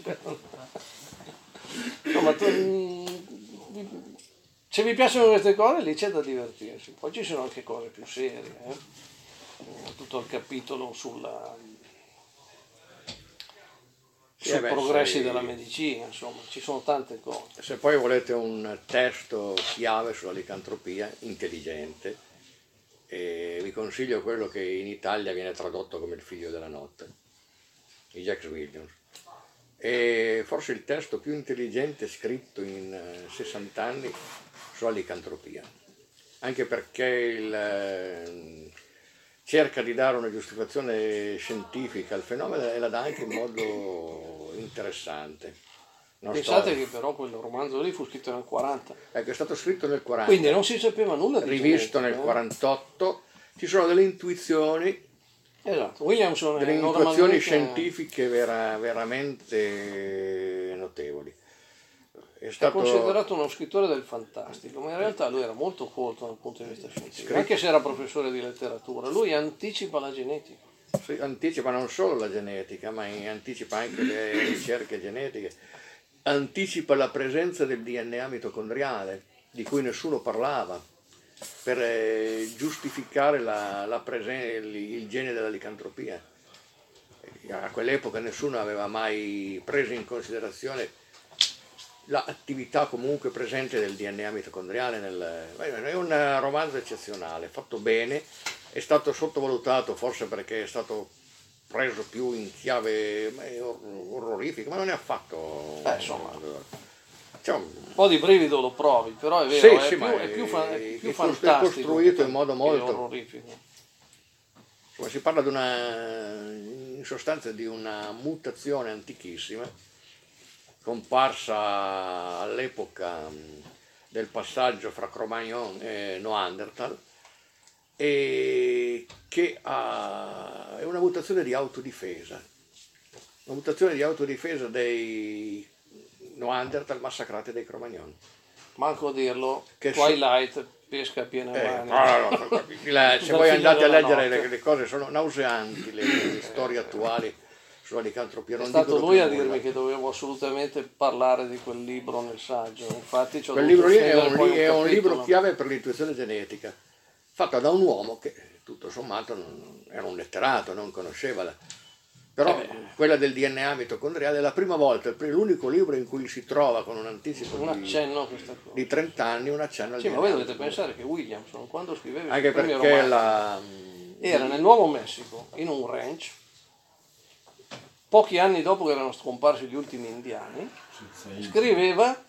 No, ma tu, se vi piacciono queste cose, lì c'è da divertirsi. Poi ci sono anche cose più serie. Eh? Tutto il capitolo sulla, sui eh beh, progressi se, della medicina, insomma, ci sono tante cose. Se poi volete un testo chiave sulla licantropia, intelligente, e vi consiglio quello che in Italia viene tradotto come Il figlio della notte, di Jacques Williams. È forse il testo più intelligente scritto in sessanta anni sulla licantropia, anche perché il, cerca di dare una giustificazione scientifica al fenomeno e la dà anche in modo interessante. Non Pensate sto... che però quel romanzo lì fu scritto nel quaranta. Ecco, è stato scritto nel quaranta. Quindi non si sapeva nulla di rivisto genetica, nel eh? quarantotto, ci sono delle intuizioni, esatto. Williamson delle è intuizioni normalmente... scientifiche vera, veramente notevoli. È, stato... è considerato uno scrittore del fantastico, ma in realtà lui era molto colto dal punto di vista scientifico, anche se era professore di letteratura. Lui anticipa la genetica. Sì, anticipa non solo la genetica, ma anticipa anche le ricerche genetiche, anticipa la presenza del D N A mitocondriale, di cui nessuno parlava, per eh, giustificare la, la presen- il, il gene della licantropia. A quell'epoca nessuno aveva mai preso in considerazione l'attività comunque presente del D N A mitocondriale. Nel... È un romanzo eccezionale, fatto bene, è stato sottovalutato forse perché è stato preso più in chiave orrorifica, ma non è affatto... Eh, insomma, c'è un... un po' di brivido lo provi, però è vero, sì, è, sì, più, è, è più, fa- è più è fantastico. È costruito in modo che molto... orrorifico. Insomma, si parla di una, in sostanza di una mutazione antichissima, comparsa all'epoca del passaggio fra Cro-Magnon e Neanderthal, e che ha, è una mutazione di autodifesa, una mutazione di autodifesa dei Neanderthal massacrati dai Cro-Magnon. Manco a dirlo, che Twilight so... pesca a piene eh, mani. No, no, no, la, se voi andate a leggere le, le cose sono nauseanti, le, le storie attuali sulla licantropia. È stato lui a dirmi che dovevo assolutamente parlare di quel libro nel saggio, infatti quel libro lì è un, un, è un libro chiave per l'intuizione genetica, fatto da un uomo che tutto sommato non, era un letterato, non conosceva la, però eh quella del D N A mitocondriale è la prima volta, l'unico libro in cui si trova con un anticipo un di, accenno a questa cosa. di trenta anni un accenno al sì, D N A. Ma voi dovete pensare che Williamson, quando scriveva anche i primi perché romanzi, la... era nel Nuovo Messico, in un ranch, pochi anni dopo che erano scomparsi gli ultimi indiani, scriveva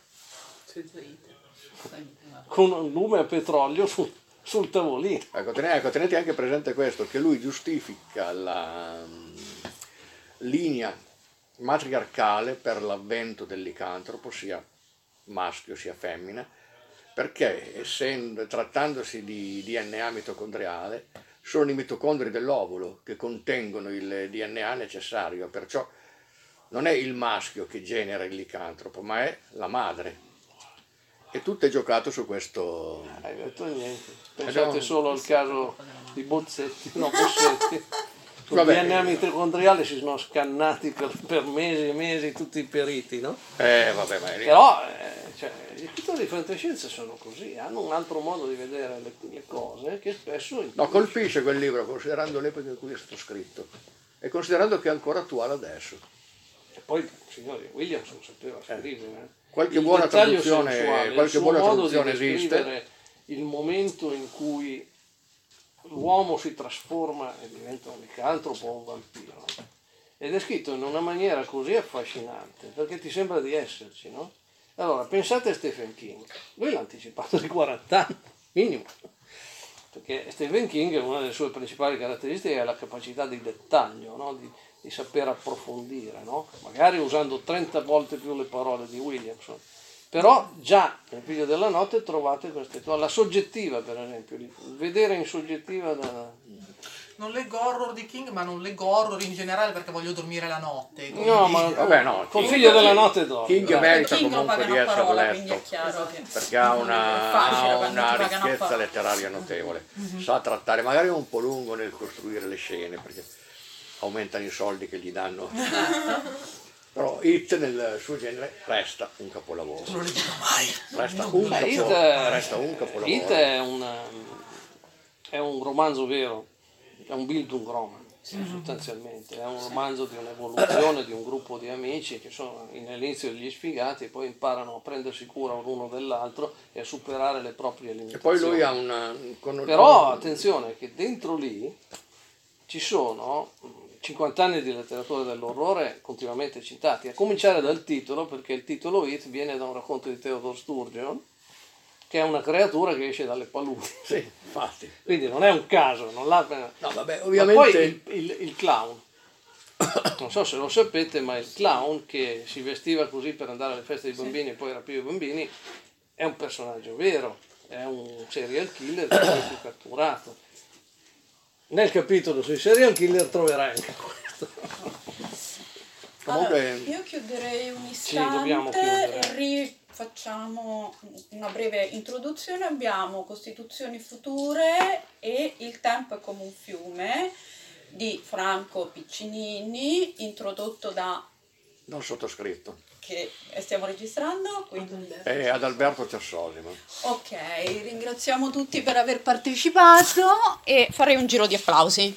con un lume a petrolio su, sul tavolino. Ecco, tenete, ecco, tenete anche presente questo, che lui giustifica la um, linea matriarcale per l'avvento del licantropo, sia maschio sia femmina, perché essendo, trattandosi di D N A mitocondriale, sono i mitocondri dell'ovulo che contengono il D N A necessario, perciò non è il maschio che genera il licantropo, ma è la madre. E tutto è giocato su questo... Hai detto niente. Pensate no. solo al caso di Bozzetti, no, Bossetti. Sul D N A mitocondriale si sono scannati per, per mesi e mesi tutti i periti, no? Eh, vabbè, ma... Però, eh, cioè, gli scrittori di fantascienza sono così, hanno un altro modo di vedere le, le cose che spesso... No, colpisce quel libro, considerando l'epoca in cui è stato scritto e considerando che è ancora attuale adesso. E poi, signori, Williamson sapeva scrivere. Eh. Qualche il buona traduzione, sensuale, qualche buona traduzione esiste. Il momento in cui l'uomo si trasforma e diventa un licantropo o un vampiro ed è scritto in una maniera così affascinante, perché ti sembra di esserci, no? Allora, pensate a Stephen King, lui l'ha anticipato di quaranta anni, minimo, perché Stephen King, una delle sue principali caratteristiche è la capacità di dettaglio, no? di, di saper approfondire, no? Magari usando trenta volte più le parole di Williamson. Però già nel Figlio della Notte trovate queste, la soggettiva per esempio, il vedere in soggettiva da... Non leggo horror di King, ma non leggo horror in generale perché voglio dormire la notte. Quindi... No, ma vabbè, no, con King, Figlio della Notte dorme. King merita King comunque di essere parola, letto, che... perché ha una, è facile, ha una ricchezza ricchezza letteraria notevole. Mm-hmm. Sa trattare, magari è un po' lungo nel costruire le scene, perché aumentano i soldi che gli danno. Però It nel suo genere resta un capolavoro. Non lo leggerò mai. Resta un, Beh, capo, It, resta un capolavoro. It è un, è un romanzo vero, è un Bildungsroman, sostanzialmente. È un romanzo di un'evoluzione di un gruppo di amici che sono all'inizio degli sfigati e poi imparano a prendersi cura l'uno dell'altro e a superare le proprie limitazioni. E poi lui ha una... Con... Però attenzione che dentro lì ci sono cinquanta anni di letteratura dell'orrore continuamente citati, a cominciare dal titolo, perché il titolo It viene da un racconto di Theodore Sturgeon, che è una creatura che esce dalle paludi. Sì, infatti. Quindi non è un caso, non l'ha appena... No, vabbè, Ma ovviamente... poi il, il, il clown, non so se lo sapete, ma il clown che si vestiva così per andare alle feste dei bambini e poi rapiva i bambini, è un personaggio vero, è un serial killer che poi fu catturato. Nel capitolo sui serial killer troverai anche questo. Allora, Comunque... io chiuderei un Sì, dobbiamo istante chiudere. e rifacciamo una breve introduzione. Abbiamo Costituzioni future e Il tempo è come un fiume di Franco Piccinini, introdotto da... Non sottoscritto. che stiamo registrando, quindi... E ad Alberto Ciassoli. Ma... Ok, ringraziamo tutti per aver partecipato e farei un giro di applausi.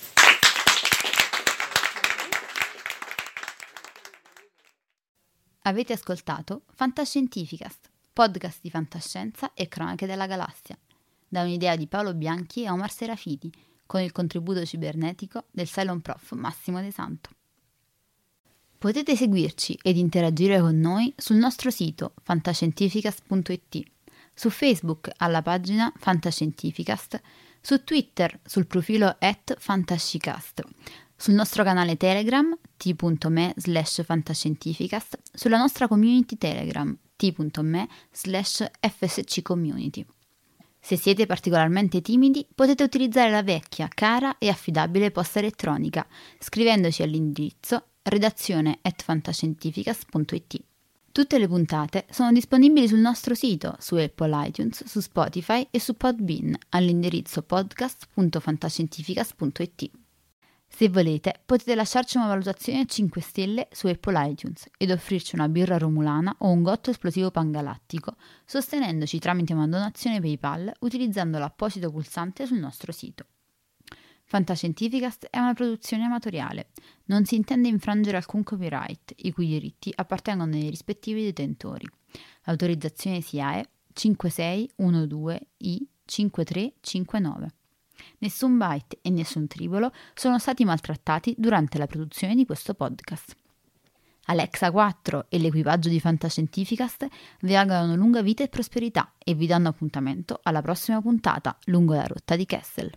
Avete ascoltato Fantascientificast, podcast di fantascienza e cronache della galassia, da un'idea di Paolo Bianchi e Omar Serafiti, con il contributo cibernetico del Cylon Prof Massimo De Santo. Potete seguirci ed interagire con noi sul nostro sito fantascientificast punto it, su Facebook alla pagina Fantascientificast, su Twitter sul profilo at fantascicast, sul nostro canale Telegram t.me slash fantascientificast, sulla nostra community Telegram t.me slash fsccommunity. Se siete particolarmente timidi, potete utilizzare la vecchia, cara e affidabile posta elettronica, scrivendoci all'indirizzo redazione at fantascientificast punto it. Tutte le puntate sono disponibili sul nostro sito, su Apple iTunes, su Spotify e su Podbean, all'indirizzo podcast punto fantascientificast punto it. Se volete, potete lasciarci una valutazione a cinque stelle su Apple iTunes ed offrirci una birra romulana o un gotto esplosivo pangalattico, sostenendoci tramite una donazione PayPal utilizzando l'apposito pulsante sul nostro sito. Fantascientificast è una produzione amatoriale, non si intende infrangere alcun copyright, i cui diritti appartengono ai rispettivi detentori. Autorizzazione S I A E cinque sei uno due I cinque tre cinque nove. Nessun byte e nessun tribolo sono stati maltrattati durante la produzione di questo podcast. Alexa quattro e l'equipaggio di Fantascientificast vi augurano lunga vita e prosperità e vi danno appuntamento alla prossima puntata lungo la rotta di Kessel.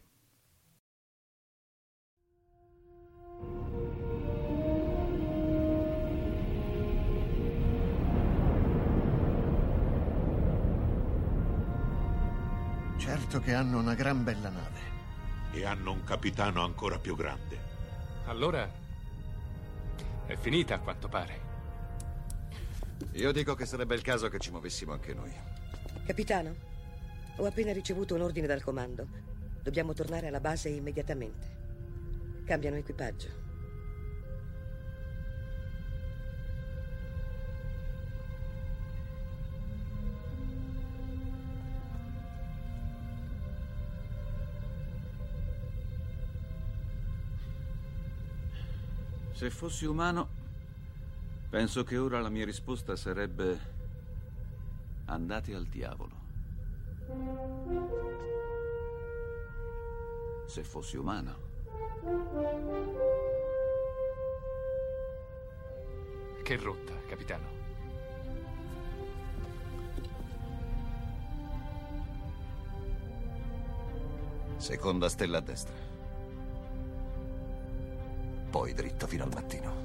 Certo che hanno una gran bella nave. E hanno un capitano ancora più grande. Allora è finita a quanto pare. Io dico che sarebbe il caso che ci muovessimo anche noi. Capitano, ho appena ricevuto un ordine dal comando. Dobbiamo tornare alla base immediatamente. Cambiano equipaggio. Se fossi umano, penso che ora la mia risposta sarebbe: andate al diavolo. Se fossi umano. Che rotta, capitano? Seconda stella a destra. Poi dritto fino al mattino.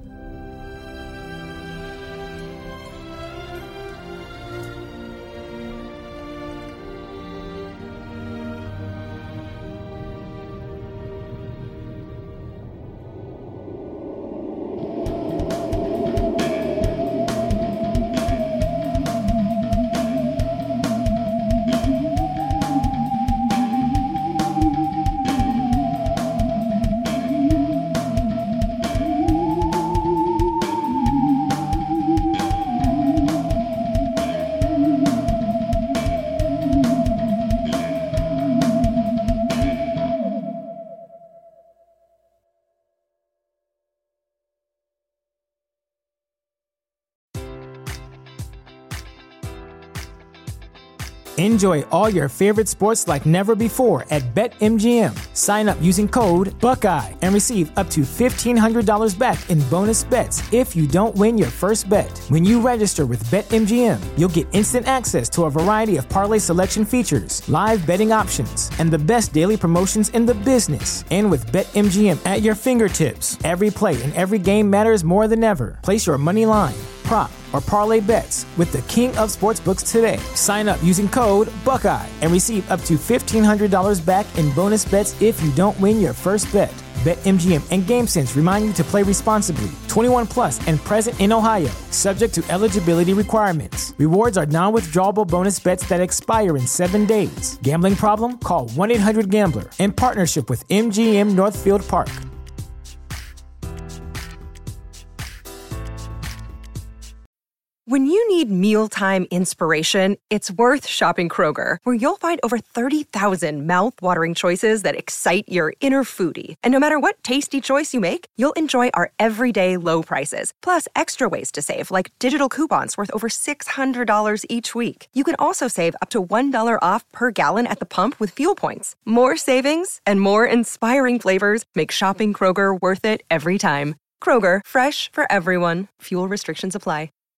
Enjoy all your favorite sports like never before at BetMGM. Sign up using code Buckeye and receive up to fifteen hundred dollars back in bonus bets if you don't win your first bet. When you register with BetMGM, you'll get instant access to a variety of parlay selection features, live betting options, and the best daily promotions in the business. And with BetMGM at your fingertips, every play and every game matters more than ever. Place your money line, prop, or parlay bets with the king of sportsbooks today. Sign up using code Buckeye and receive up to fifteen hundred dollars back in bonus bets if you don't win your first bet. BetMGM and GameSense remind you to play responsibly. twenty-one plus and present in Ohio, subject to eligibility requirements. Rewards are non-withdrawable bonus bets that expire in seven days. Gambling problem? Call one eight hundred gambler. In partnership with M G M Northfield Park. When you need mealtime inspiration, it's worth shopping Kroger, where you'll find over thirty thousand mouth-watering choices that excite your inner foodie. And no matter what tasty choice you make, you'll enjoy our everyday low prices, plus extra ways to save, like digital coupons worth over six hundred dollars each week. You can also save up to one dollar off per gallon at the pump with fuel points. More savings and more inspiring flavors make shopping Kroger worth it every time. Kroger, fresh for everyone. Fuel restrictions apply.